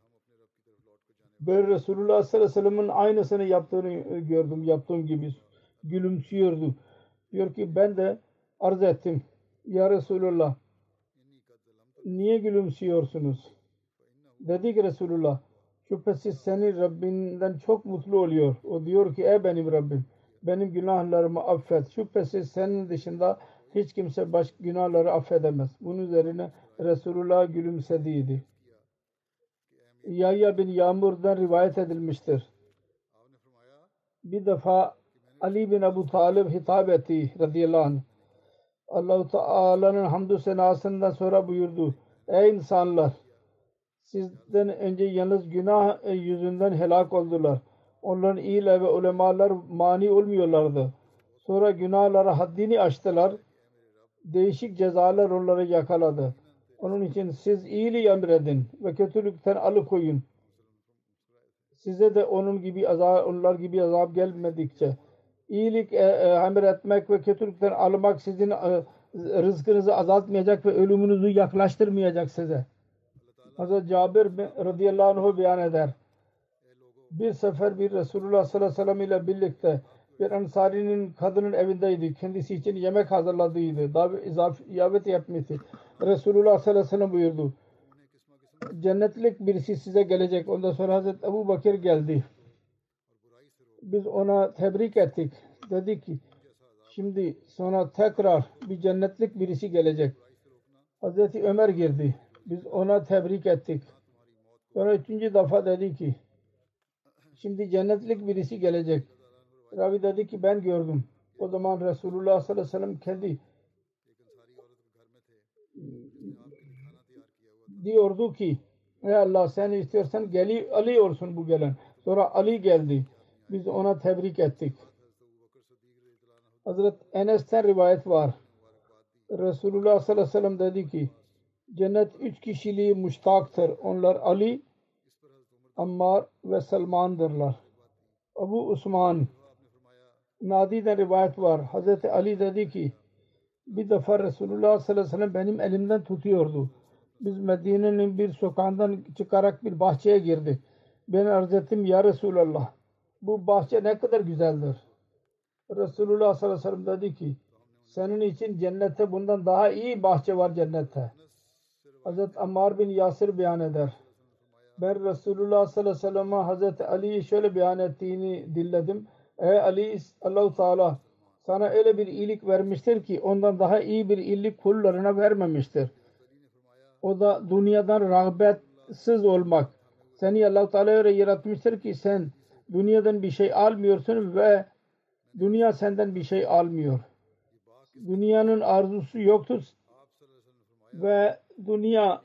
ben Resulullah sallallahu aleyhi ve sellem'in aynısını yaptığını gördüm. Yaptığım gibi gülümsüyordu. Diyor ki ben de arz ettim. Ya Resulullah, niye gülümsüyorsunuz? Dedi ki Resulullah, şüphesiz seni Rabbinden çok mutlu oluyor. O diyor ki ey benim Rabbim, benim günahlarımı affet. Şüphesiz senin dışında hiç kimse başka günahları affedemez. Bunun üzerine Resulullah gülümsediydi. Yahya bin Yağmur'dan rivayet edilmiştir. Bir defa Ali bin Ebu Talib hitap etti radıyallahu anh. Allah-u Teala'nın hamdü senasından sonra buyurdu. Ey insanlar! Sizden önce yalnız günah yüzünden helak oldular. Onların iyiler ve ulemalar mani olmuyorlardı. Sonra günahlara haddini aştılar. Değişik cezalar onları yakaladı. Onun için siz iyiliği emredin ve kötülükten alıkoyun. Size de onlar gibi azap gelmedikçe iyilik emretmek ve kötülükten almak sizin rızkınızı azaltmayacak ve ölümünüzü yaklaştırmayacak size. Hazreti Cabir radıyallahu anh beyan eder. Bir sefer bir Resulullah sallallahu aleyhi ve sellem ile birlikte bir Ansari'nin kadının evindeydi. Kendisi için yemek hazırladıydı. İzafet yapmıştı. Resulullah sallallahu aleyhi ve sellem buyurdu. Cennetlik birisi size gelecek. Ondan sonra Hazreti Ebu Bakır geldi. Biz ona tebrik ettik. Dedi ki şimdi sonra tekrar bir cennetlik birisi gelecek. Hazreti Ömer girdi. Biz ona tebrik ettik. Sonra 3. defa dedi ki şimdi cennetlik birisi gelecek. Ravi dedi ki ben gördüm. O zaman Resulullah sallallahu aleyhi ve sellem kendi diyordu ki ey Allah sen istiyorsan Ali olsun bu gelen. Sonra Ali geldi. Biz ona tebrik ettik. Hazreti Enes'ten rivayet var. Resulullah sallallahu aleyhi ve sellem dedi ki cennet 3 kişiliği müştaktır. Onlar Ali, Ammar ve Salman'dırlar. Abu Osman Nadi'den rivayet var. Hazreti Ali dedi ki bir defa Resulullah sallallahu aleyhi ve sellem benim elimden tutuyordu. Biz Medine'nin bir sokağından çıkarak bir bahçeye girdik. Ben arz ettim ya Resulallah bu bahçe ne kadar güzeldir. Resulullah sallallahu aleyhi ve sellem dedi ki senin için cennette bundan daha iyi bahçe var cennette. Hazreti Ammar bin Yasir beyan eder. Ben Resulullah sallallahu aleyhi ve sellem'e Hazreti Ali'yi şöyle beyan ettiğini dinledim. Ey Ali, Allah-u Teala sana öyle bir iyilik vermiştir ki ondan daha iyi bir iyilik kullarına vermemiştir. O da dünyadan rağbetsiz olmak. Seni Allah-u Teala öyle yaratmıştır ki sen dünyadan bir şey almıyorsun ve dünya senden bir şey almıyor. Dünyanın arzusu yoktur ve dünya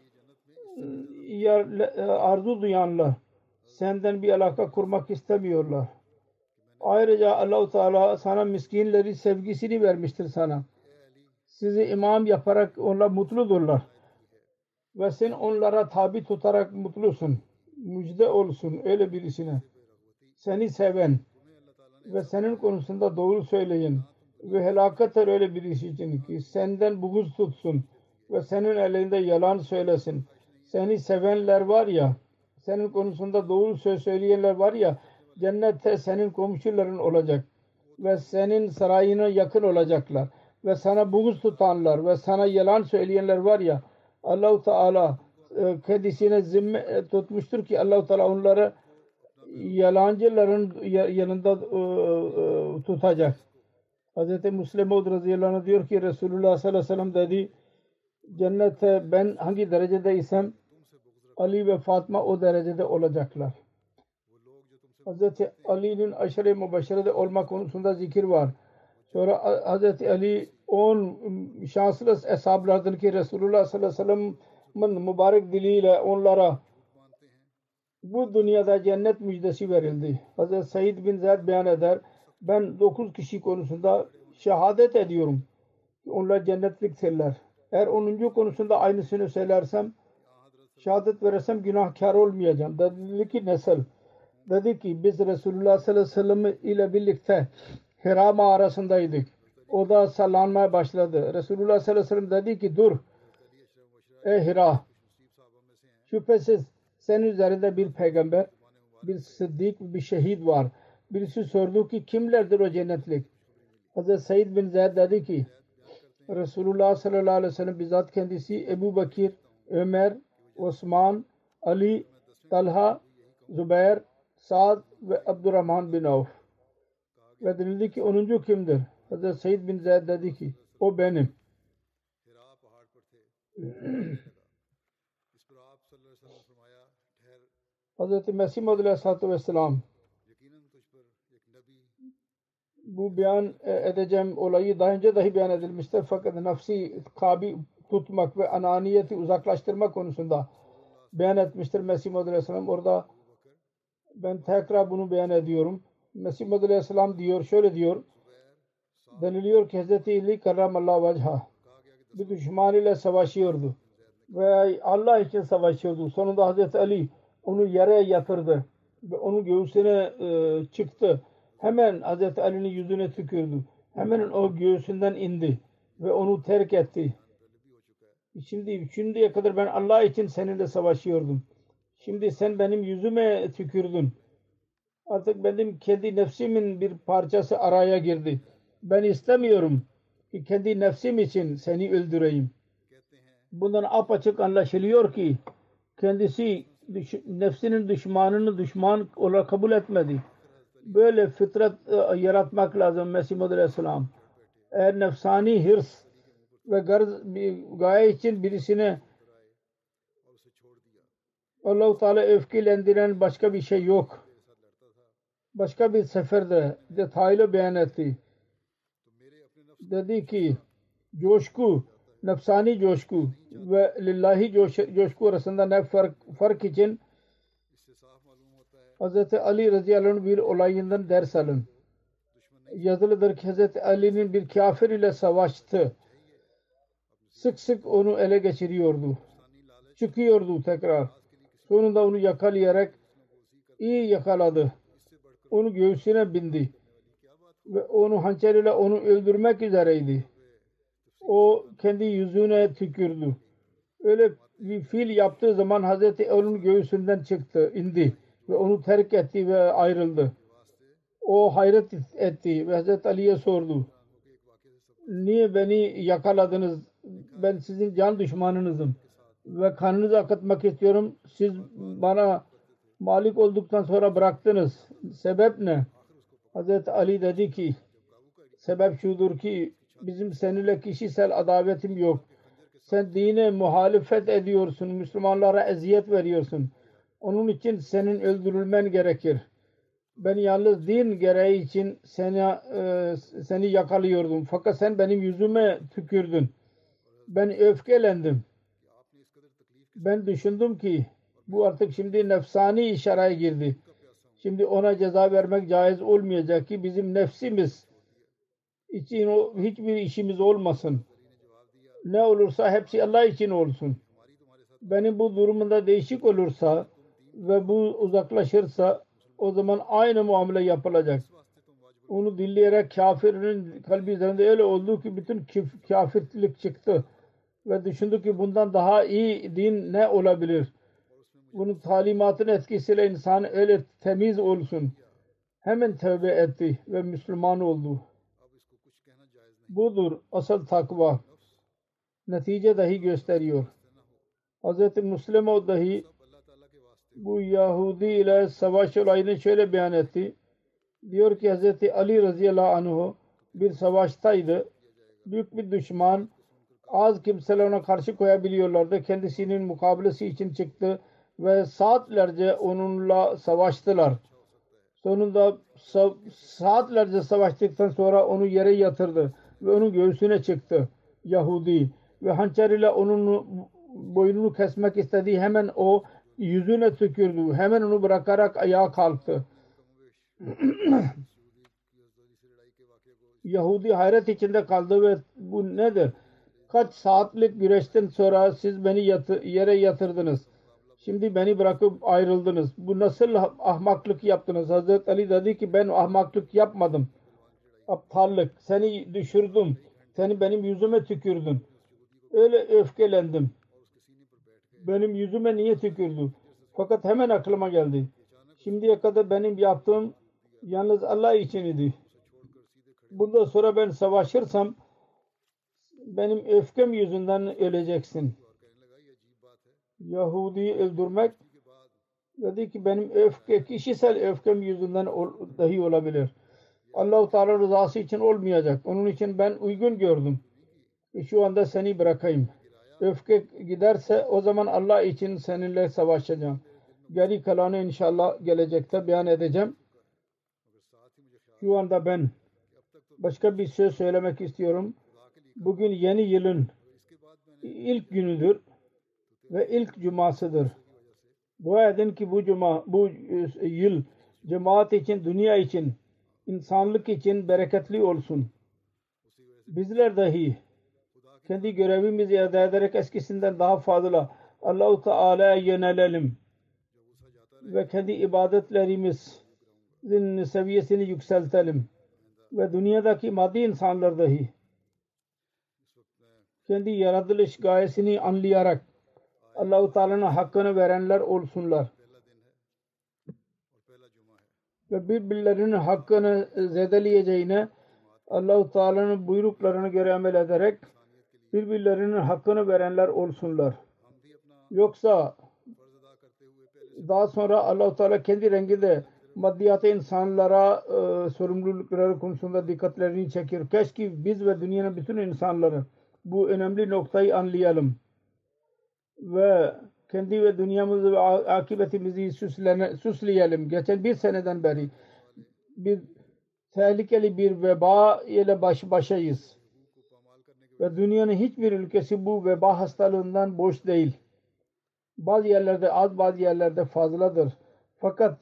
arzu duyanlar senden bir alaka kurmak istemiyorlar. Ayrıca Allah-u Teala sana miskinleri sevgisini vermiştir sana. Sizi imam yaparak onlar mutludurlar. Ve sen onlara tabi tutarak mutlusun. Müjde olsun öyle birisine. Seni seven ve senin konusunda doğru söyleyin. Ve helakatır öyle birisi için ki senden buğuz tutsun ve senin elinde yalan söylesin. Seni sevenler var ya, senin konusunda doğru söz söyleyenler var ya, cennette senin komşuların olacak ve senin sarayına yakın olacaklar ve sana buğuz tutanlar ve sana yalan söyleyenler var ya, Allah-u Teala kendisine zimme tutmuştur ki Allah-u Teala onları yalancıların yanında tutacak. Hz. Müslim Maud radıyallahu anh diyor ki Resulullah sallallahu aleyhi ve sellem dedi, cennette ben hangi derecedeysem Ali ve Fatma o derecede olacaklar. Hz. Ali'nin aşere-i mübeşşerede olma konusunda zikir var. Sonra Hz. Ali 10 şanslı eshablardan ki Resulullah sallallahu aleyhi ve sellem'in mübarek diliyle onlara bu dünyada cennet müjdesi verildi. Hz. Said bin Zeyd beyan eder. Ben 9 kişi konusunda şehadet ediyorum ki onlar cennetliktirler. Eğer 10. konusunda aynısını söylersem, şehadet verirsem günahkar olmayacağım. Dedi ki nasıl? Dedi ki biz Resulullah sallallahu aleyhi ve sellem ile birlikte Hira mağarasındaydık. O da sallanmaya başladı. Resulullah sallallahu aleyhi ve sellem dedi ki dur ey Hira, şüphesiz senin üzerinde bir peygamber, bir sıddık, bir şehit var. Birisi sordu ki kimlerdir o cennetlik? Hz. Said bin Zeyd dedi ki Resulullah sallallahu aleyhi ve sellem bizzat kendisi Ebu Bakir, Ömer, Osman, Ali, Talha, Zübeyir, Sa'd ve Abdurrahman bin Avf. Ve denildi ki 10. kimdir? Hz. Said bin Zeyd dedi ki o benim. Hz. Mesih Maud aleyhissalatu vesselam bu beyan edeceğim olayı daha önce dahi beyan edilmiştir. Fakat nefsi kabi tutmak ve ananiyeti uzaklaştırma konusunda beyan etmiştir Mesih Maud aleyhisselam. Orada ben tekrar bunu beyan ediyorum. Mesih Maud aleyhisselam diyor, şöyle diyor. Deniliyor ki Hz. Ali karramallahu vajha bir düşman ile savaşıyordu ve Allah için savaşıyordu. Sonunda Hz. Ali onu yere yatırdı ve onun göğsüne çıktı. Hemen Hz. Ali'nin yüzüne tükürdü. Hemen o göğsünden indi ve onu terk etti. Şimdiye kadar ben Allah için seninle savaşıyordum. Şimdi sen benim yüzüme tükürdün. Artık benim kendi nefsimin bir parçası araya girdi. Ben istemiyorum ki kendi nefsim için seni öldüreyim. Bundan apaçık anlaşılıyor ki kendisi nefsinin düşmanını düşman olarak kabul etmedi. Böyle fıtrat yaratmak lazım Mesih Maud aleyhisselam. Eğer nefsani hırs ve gaye için birisine Allah-u Teala öfkelendiren başka bir şey yok. Başka bir seferde detaylı beyan etti. Dedi ki coşku, nefsani coşku ve lillahi coşku arasında ne fark için Hz. Ali radıyallahu anh bir olayından ders alın. Yazılıdır ki Hz. Ali'nin bir kafir ile savaştı. Sık sık onu ele geçiriyordu. Çıkıyordu tekrar. Sonunda onu yakalayarak iyi yakaladı. Onu göğsüne bindi. Ve onu hançer ile onu öldürmek üzereydi. O kendi yüzüne tükürdü. Öyle bir fiil yaptığı zaman Hazreti Ali'nin göğsünden çıktı, indi ve onu terk etti ve ayrıldı. O hayret etti ve Hazreti Ali'ye sordu. Niye beni yakaladınız? Ben sizin can düşmanınızım. ve kanınızı akıtmak istiyorum. Siz bana malik olduktan sonra bıraktınız. Sebep ne? Hazreti Ali dedi ki sebep şudur ki bizim seninle kişisel adavetim yok. Sen dine muhalefet ediyorsun. Müslümanlara eziyet veriyorsun. Onun için senin öldürülmen gerekir. Ben yalnız din gereği için seni yakalıyordum. Fakat sen benim yüzüme tükürdün. Ben öfkelendim. Ben düşündüm ki bu artık şimdi nefsani işareye girdi. Şimdi ona ceza vermek caiz olmayacak ki bizim nefsimiz için hiçbir işimiz olmasın. Ne olursa hepsi Allah için olsun. Benim bu durumunda değişik olursa ve bu uzaklaşırsa o zaman aynı muamele yapılacak. Onu dinleyerek kafirin kalbi üzerinde öyle oldu ki bütün kafirlik çıktı. Ve düşündü ki bundan daha iyi din ne olabilir? Bunun talimatın etkisiyle insan öyle temiz olsun. Hemen tövbe etti ve Müslüman oldu. Budur asıl takva. Netice dahi gösteriyor. Hz. Müslim dahi bu Yahudi ile savaş olayını şöyle beyan etti. Diyor ki Hz. Ali radıyallahu anh bir savaştaydı. Büyük bir düşman az kimseler ona karşı koyabiliyorlardı. Kendisinin mukabelesi için çıktı ve saatlerce onunla savaştılar. Sonunda saatlerce savaştıktan sonra onu yere yatırdı ve onun göğsüne çıktı Yahudi ve hançer ile onun boynunu kesmek istedi. Hemen o yüzüne tükürdü. Hemen onu bırakarak ayağa kalktı. Yahudi hayret içinde kaldı ve bu nedir? Kaç saatlik güreşten sonra siz beni yere yatırdınız. Şimdi beni bırakıp ayrıldınız. Bu nasıl ahmaklık yaptınız? Hazreti Ali dedi ki ben ahmaklık yapmadım. Aptallık. Seni düşürdüm. Seni benim yüzüme tükürdün. Öyle öfkelendim. Benim yüzüme niye tükürdü? Fakat hemen aklıma geldi. Şimdiye kadar benim yaptığım yalnız Allah için idi. Bundan sonra ben savaşırsam benim öfkem yüzünden öleceksin. Yahudi'yi öldürmek dedi ki benim kişisel öfkem yüzünden dahi olabilir. Allah-u Teala rızası için olmayacak. Onun için ben uygun gördüm. Şu anda seni bırakayım. Öfke giderse o zaman Allah için seninle savaşacağım. Geri kalanı inşallah gelecekte beyan edeceğim. Şu anda ben başka bir söz söylemek istiyorum. Bugün yeni yılın ilk günüdür ve ilk cumasıdır. Dua edin ki bu yıl cemaat için, dünya için, insanlık için bereketli olsun. Bizler dahi kendi görevimizi eda ederek eskisinden daha fazla Allah-u Teala'ya yönelelim ve kendi ibadetlerimizin seviyesini yükseltelim ve dünyadaki maddi insanlar dahi kendi yaratılış gayesini anlayarak Allah-u Teala'nın hakkını verenler olsunlar ve birbirlerinin hakkını zedeleyeceğine Allah-u Teala'nın buyruklarına göre amel ederek birbirlerinin hakkını verenler olsunlar. Yoksa daha sonra Allah-u Teala kendi renginde maddiyatı insanlara sorumlulukları konusunda dikkatlerini çekir. Keşke biz ve dünyanın bütün insanları bu önemli noktayı anlayalım ve kendi ve dünyamızı ve akıbetimizi süsleyelim. Geçen bir seneden beri bir tehlikeli bir veba ile baş başayız. Ve dünyanın hiçbir ülkesi bu veba hastalığından boş değil. Bazı yerlerde az, bazı yerlerde fazladır. Fakat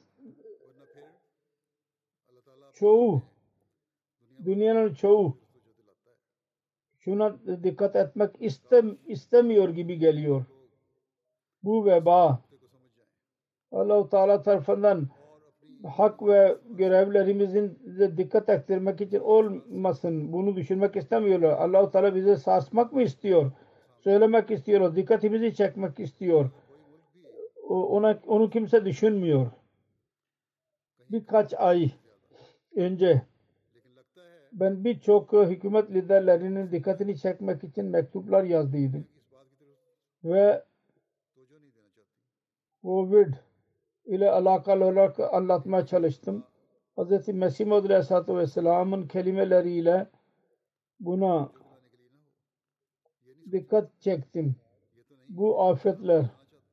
dünyanın çoğu şuna dikkat etmek istemiyor gibi geliyor. Bu veba Allah-u Teala tarafından hak ve görevlerimizin dikkat ettirmek için olmasın. Bunu düşünmek istemiyorlar. Allah-u Teala bize sarsmak mı istiyor? Söylemek istiyor. Dikkatimizi çekmek istiyor. Onu kimse düşünmüyor. Birkaç ay önce ben birçok hükümet liderlerinin dikkatini çekmek için mektuplar yazdıydım. Ve Covid ile alakalı olarak anlatmaya çalıştım. Hz. Mesih Maud Aleyhisselatü Vesselam'ın kelimeleriyle buna dikkat çektim. Bu afetler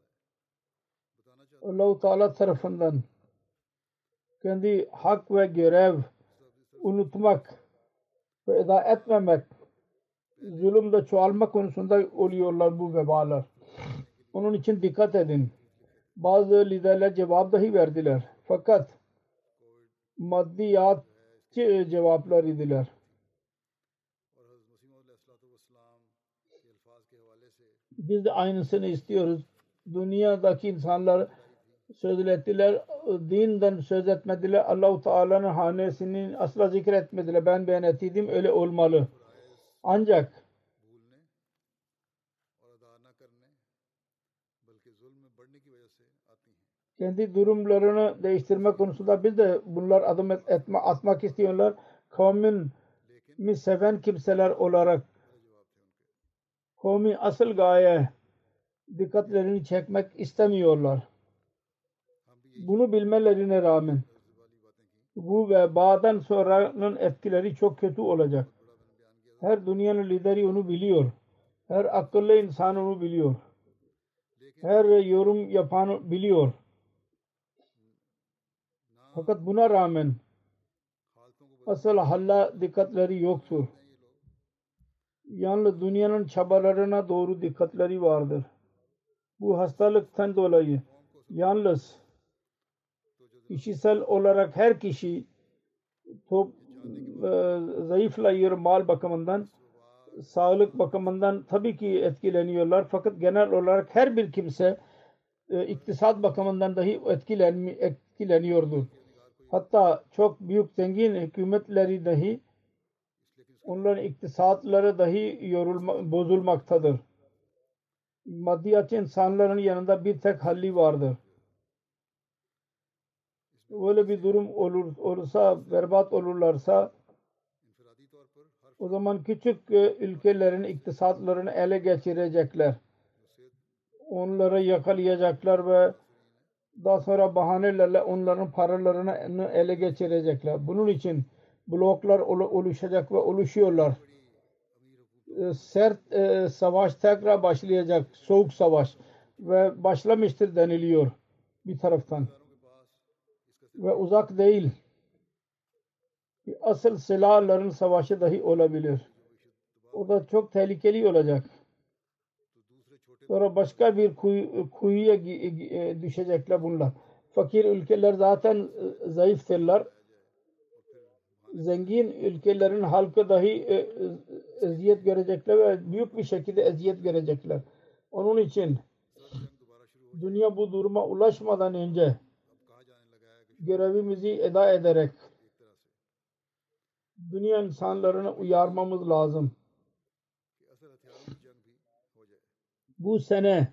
Allah-u Teala tarafından kendi hak ve görev unutmak ve eda etmemek, zulümde çoğalma konusunda oluyorlar bu vebalar. Onun için dikkat edin. Bazı liderler cevap dahi verdiler. Fakat maddiyatçı cevaplar idiler. Biz de aynısını istiyoruz. Dünyadaki insanlar söz ettiler, dinden söz etmediler. Allah-u Teala'nın hanesini asla zikretmediler. Ben beyan ettiydim, öyle olmalı. Ancak kendi durumlarını değiştirme konusunda biz de bunlar adım atmak istiyorlar. Kavmin seven kimseler olarak kavmi asıl gaye dikkatlerini çekmek istemiyorlar. Bunu bilmelerine rağmen bu vebadan sonranın etkileri çok kötü olacak. Her dünyanın lideri onu biliyor. Her akıllı insan onu biliyor. Her yorum yapan biliyor. Fakat buna rağmen asıl halla dikkatleri yoktur. Yalnız dünyanın çabalarına doğru dikkatleri vardır. Bu hastalıktan dolayı yalnız kişisel olarak her kişi zayıflıyor mal bakımından, sağlık bakımından tabii ki etkileniyorlar. Fakat genel olarak her bir kimse iktisat bakımından dahi etkileniyordur. Hatta çok büyük zengin hükümetleri dahi onların iktisatları dahi bozulmaktadır. Maddiyatçı insanların yanında bir tek halli vardır. Böyle bir durum olursa, berbat olurlarsa o zaman küçük ülkelerin iktisatlarını ele geçirecekler. Onları yakalayacaklar ve daha sonra bahanelerle onların paralarını ele geçirecekler. Bunun için bloklar oluşacak ve oluşuyorlar. Sert savaş tekrar başlayacak. Soğuk savaş ve başlamıştır deniliyor bir taraftan. Ve uzak değil. Asıl silahların savaşı dahi olabilir. O da çok tehlikeli olacak. Sonra başka bir kuyuya düşecekler bunlar. Fakir ülkeler zaten zayıftırlar. Zengin ülkelerin halkı dahi eziyet görecekler ve büyük bir şekilde eziyet görecekler. Onun için dünya bu duruma ulaşmadan önce görevimizi eda ederek dünya insanlarını uyarmamız lazım. Bu sene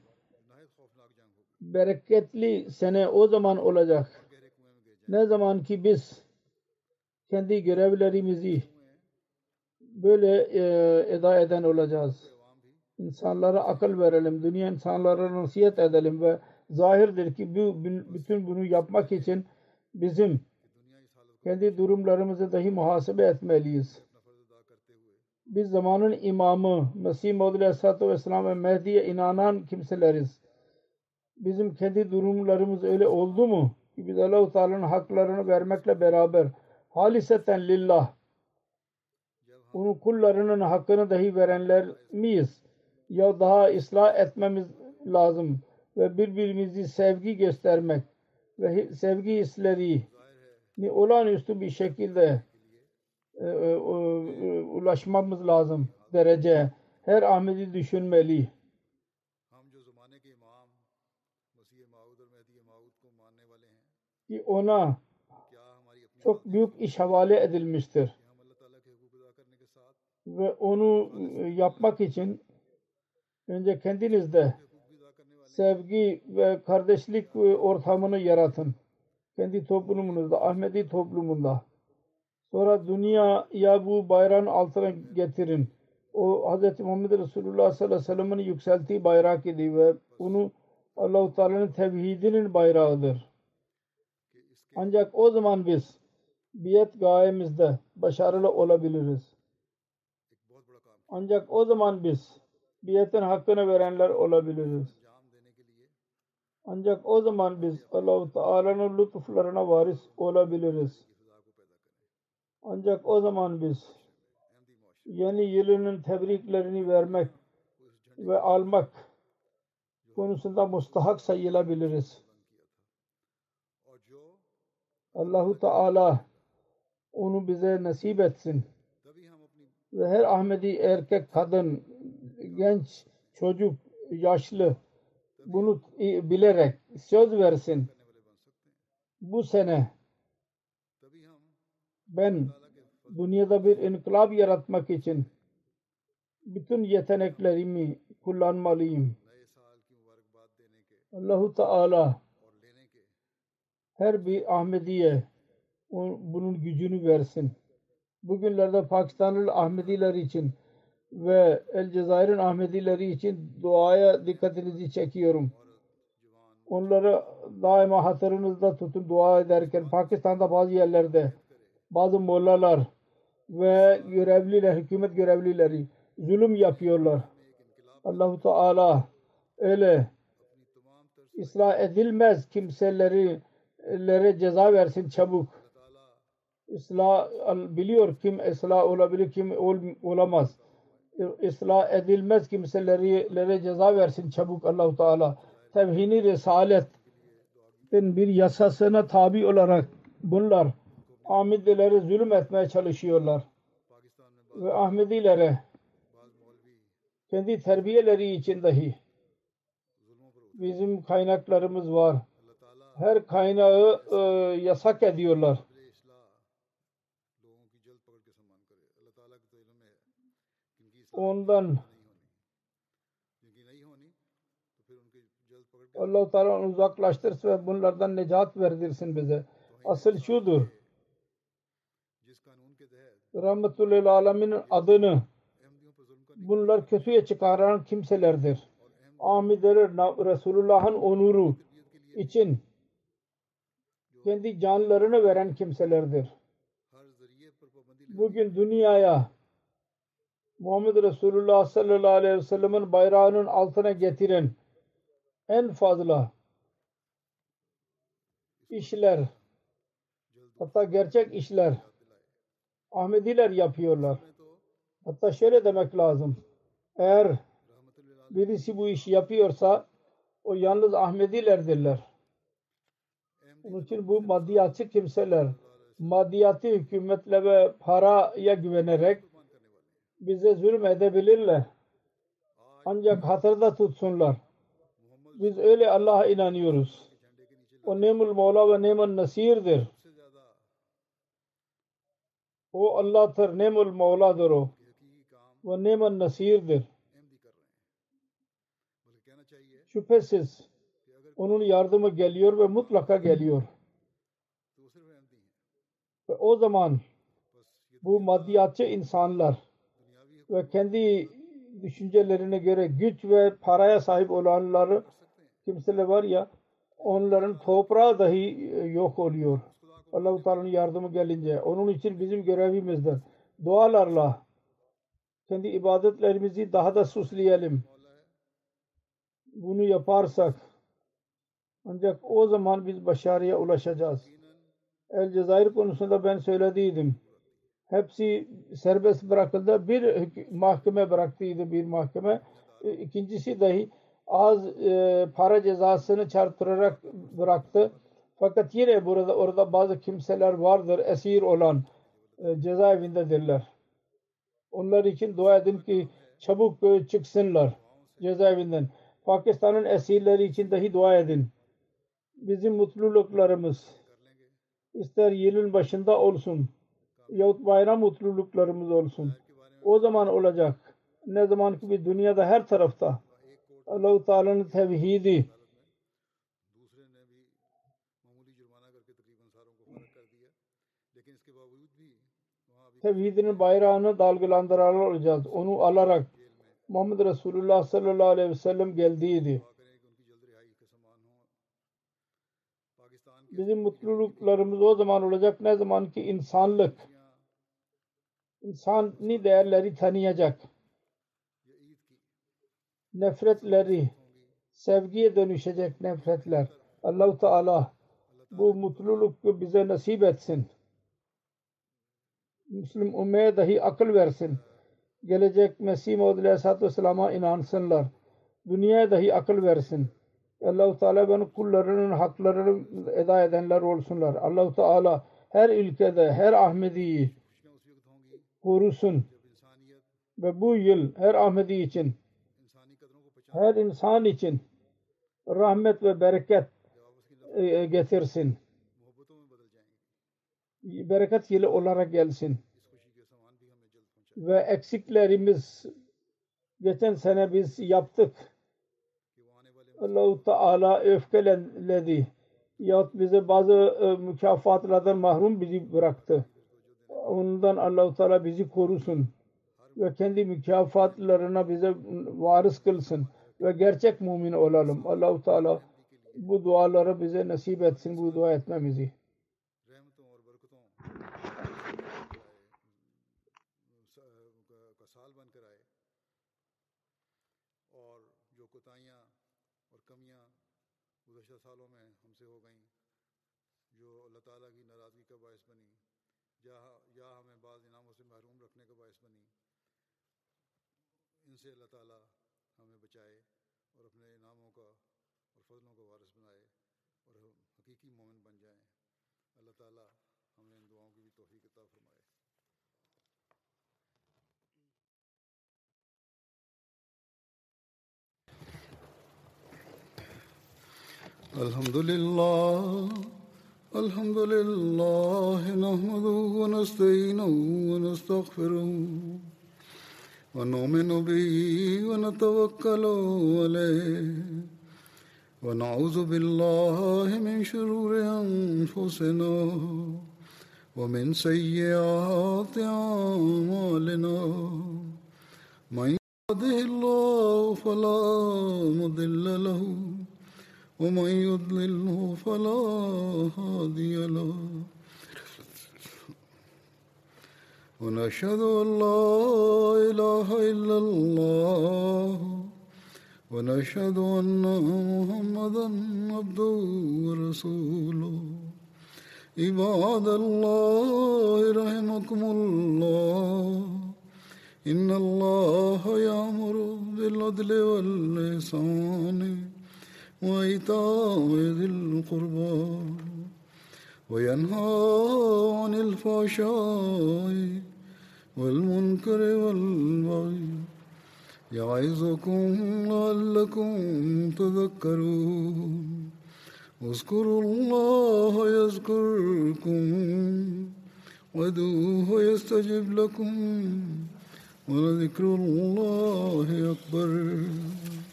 bereketli sene o zaman olacak. Ne zaman ki biz kendi görevlerimizi böyle eda eden olacağız. İnsanlara akıl verelim, dünya insanlara nasihat edelim ve zahirdir ki bütün bunu yapmak için bizim kendi durumlarımızı dahi muhasebe etmeliyiz. Biz zamanın imamı Mesih Maud Aleyhisselatü Vesselam ve Mehdi'ye inanan kimseleriz. Bizim kendi durumlarımız öyle oldu mu ki biz Allah-u Teala'nın haklarını vermekle beraber haliseten lillah onun kullarının hakkını dahi verenler miyiz? Ya daha ıslah etmemiz lazım ve birbirimizi sevgi göstermek ve sevgi hisleri olağanüstü bir şekilde ulaşmamız lazım derece. Her Ahmedi düşünmeli. Ki ona çok büyük iş havale edilmiştir. Ve onu yapmak için önce kendinizde sevgi ve kardeşlik ortamını yaratın. Kendi toplumunuzda, Ahmedi toplumunda. Sonra dünyaya bu bayrağın altına getirin. O Hz. Muhammed Resulullah sallallahu aleyhi ve sellem'in yükselttiği bayrak idi ve onu Allah-u Teala'nın tevhidinin bayrağıdır. Ancak o zaman biz biat gayemizde başarılı olabiliriz. Ancak o zaman biz biatın hakkını verenler olabiliriz. Ancak o zaman biz Allah-u Teala'nın lütuflarına varis olabiliriz. Ancak o zaman biz yeni yılının tebriklerini vermek ve almak konusunda mustahak sayılabiliriz. Allah-u Teala onu bize nasip etsin. Ve her Ahmedi erkek, kadın, genç, çocuk, yaşlı bunu bilerek söz versin. Bu sene ben dünyada bir inkılap yaratmak için bütün yeteneklerimi kullanmalıyım. Allah-u Teala her bir Ahmediye bunun gücünü versin. Bugünlerde Pakistanlı Ahmediler için ve El Cezayir'in Ahmedileri için duaya dikkatinizi çekiyorum. Onları daima hatırınızda tutun dua ederken. Pakistan'da bazı yerlerde bazı mollalar ve görevliler, hükümet görevlileri zulüm yapıyorlar. Allah-u Teala öyle ıslah edilmez kimselere ceza versin çabuk. İslah biliyor kim ıslah olabilir, kim olamaz. Islah edilmez kimselere ceza versin çabuk Allah-u Teala. Tevhini Risaletin bir yasasına tabi olarak bunlar Ahmedilere zulüm etmeye çalışıyorlar. Ve Ahmedilere kendi terbiyeleri için dahi bizim kaynaklarımız var. Her kaynağı yasak ediyorlar. Ondan Allah-u Teala onu uzaklaştırsın ve bunlardan necat verdirsin bize. Asıl şudur. Rahmetullahi Alemin'in adını bunlar kötüye çıkaran kimselerdir. Ahmediler Resulullah'ın onuru için kendi canlarını veren kimselerdir. Bugün dünyaya Muhammed Resulullah sallallahu aleyhi ve sellem'in bayrağının altına getiren en fazla işler, hatta gerçek işler Ahmediler yapıyorlar. Hatta şöyle demek lazım. Eğer birisi bu işi yapıyorsa o yalnız Ahmedilerdirler. Onun için bu maddiyatçı kimseler maddiyatı hükümetle ve paraya güvenerek bize zulüm edebilirler. Ancak hatırda tutsunlar. Biz öyle Allah'a inanıyoruz. O Nemul Mevla ve Nemul Nasir'dir. O Allah'tır. Nemul Mevla'dır o. Ve Nemul Nasir'dir. Şüphesiz onun yardımı geliyor ve mutlaka geliyor. Ve o zaman bu maddiyatçı insanlar ve kendi düşüncelerine göre güç ve paraya sahip olanları kimseler var ya onların toprağı dahi yok oluyor. Allah-u Teala'nın yardımı gelince. Onun için bizim görevimizdir. Dualarla kendi ibadetlerimizi daha da süsleyelim. Bunu yaparsak ancak o zaman biz başarıya ulaşacağız. El Cezayir konusunda ben söylediydim. Hepsi serbest bırakıldı. Bir mahkeme bıraktıydı bir mahkeme. İkincisi dahi az para cezasını çarptırarak bıraktı. Fakat yine orada bazı kimseler vardır esir olan cezaevindedirler. Onlar için dua edin ki çabuk çıksınlar cezaevinden. Pakistan'ın esirleri için dahi dua edin. Bizim mutluluklarımız ister yılın başında olsun yahut bayram mutluluklarımız olsun. O zaman olacak. Ne zaman ki bir dünyada her tarafta Allah-u Teala'nın tevhidi tevhidinin bayrağını dalgalandıran olacağız. Onu alarak Muhammed Resulullah sallallahu aleyhi ve sellem geldiydi. Bizim mutluluklarımız o zaman olacak ne zaman ki insanlık, insani değerleri tanıyacak. Nefretleri sevgiye dönüşecek nefretler. Allah-u Teala bu mutluluk bize nasip etsin. Müslüm ümmeye dahi akıl versin. Gelecek Mesih Maud Aleyhisselatü Vesselam'a inansınlar. Dünyaya dahi akıl versin. Allah-u Teala benim kullarının haklarını eda edenler olsunlar. Allah-u Teala her ülkede her Ahmedi'yi korusun. Ve bu yıl her Ahmedi için, her insan için rahmet ve bereket getirsin. Bereket yılı olarak gelsin. Ve eksiklerimiz geçen sene biz yaptık. Allah-u Teala öfkeledi. Yahut bize bazı mükafatlardan mahrum bizi bıraktı. Ondan Allah-u Teala bizi korusun. Ve kendi mükafatlarına bize varis kılsın. Ve gerçek mümin olalım. Allah-u Teala bu duaları bize nasip etsin. Bu dua etmemizi. इनसे अल्लाह ताला हमें बचाए और अपने इनामों का और फजलों का वारिस बनाए और हम हकीकी मोमिन बन जाएं। अल्लाह ताला हमें इन दुआओं की भी तौफीक अता फरमाए। अल्हम्दुलिल्लाह नहमदुहु व नस्तईनुहु व नस्तगफिरुह ونؤمن به ونتوكل عليه ونعوذ بالله من شرور أنفسنا ومن سيئات أعمالنا من يهده الله فلا مضل له ومن يضلله فلا هادي له ونشهد أن لا إله إلا الله ونشهد أن محمدا عبده ورسوله عباد الله رحمكم الله إن الله يأمر بالعدل والإحسان وإيتاء ذي القربى وينهى عن الفحشاء والمنكر والبغي يعظكم لعلكم تذكرون اذكروا الله يذكركم وادعوه يستجب لكم ولذكر الله أكبر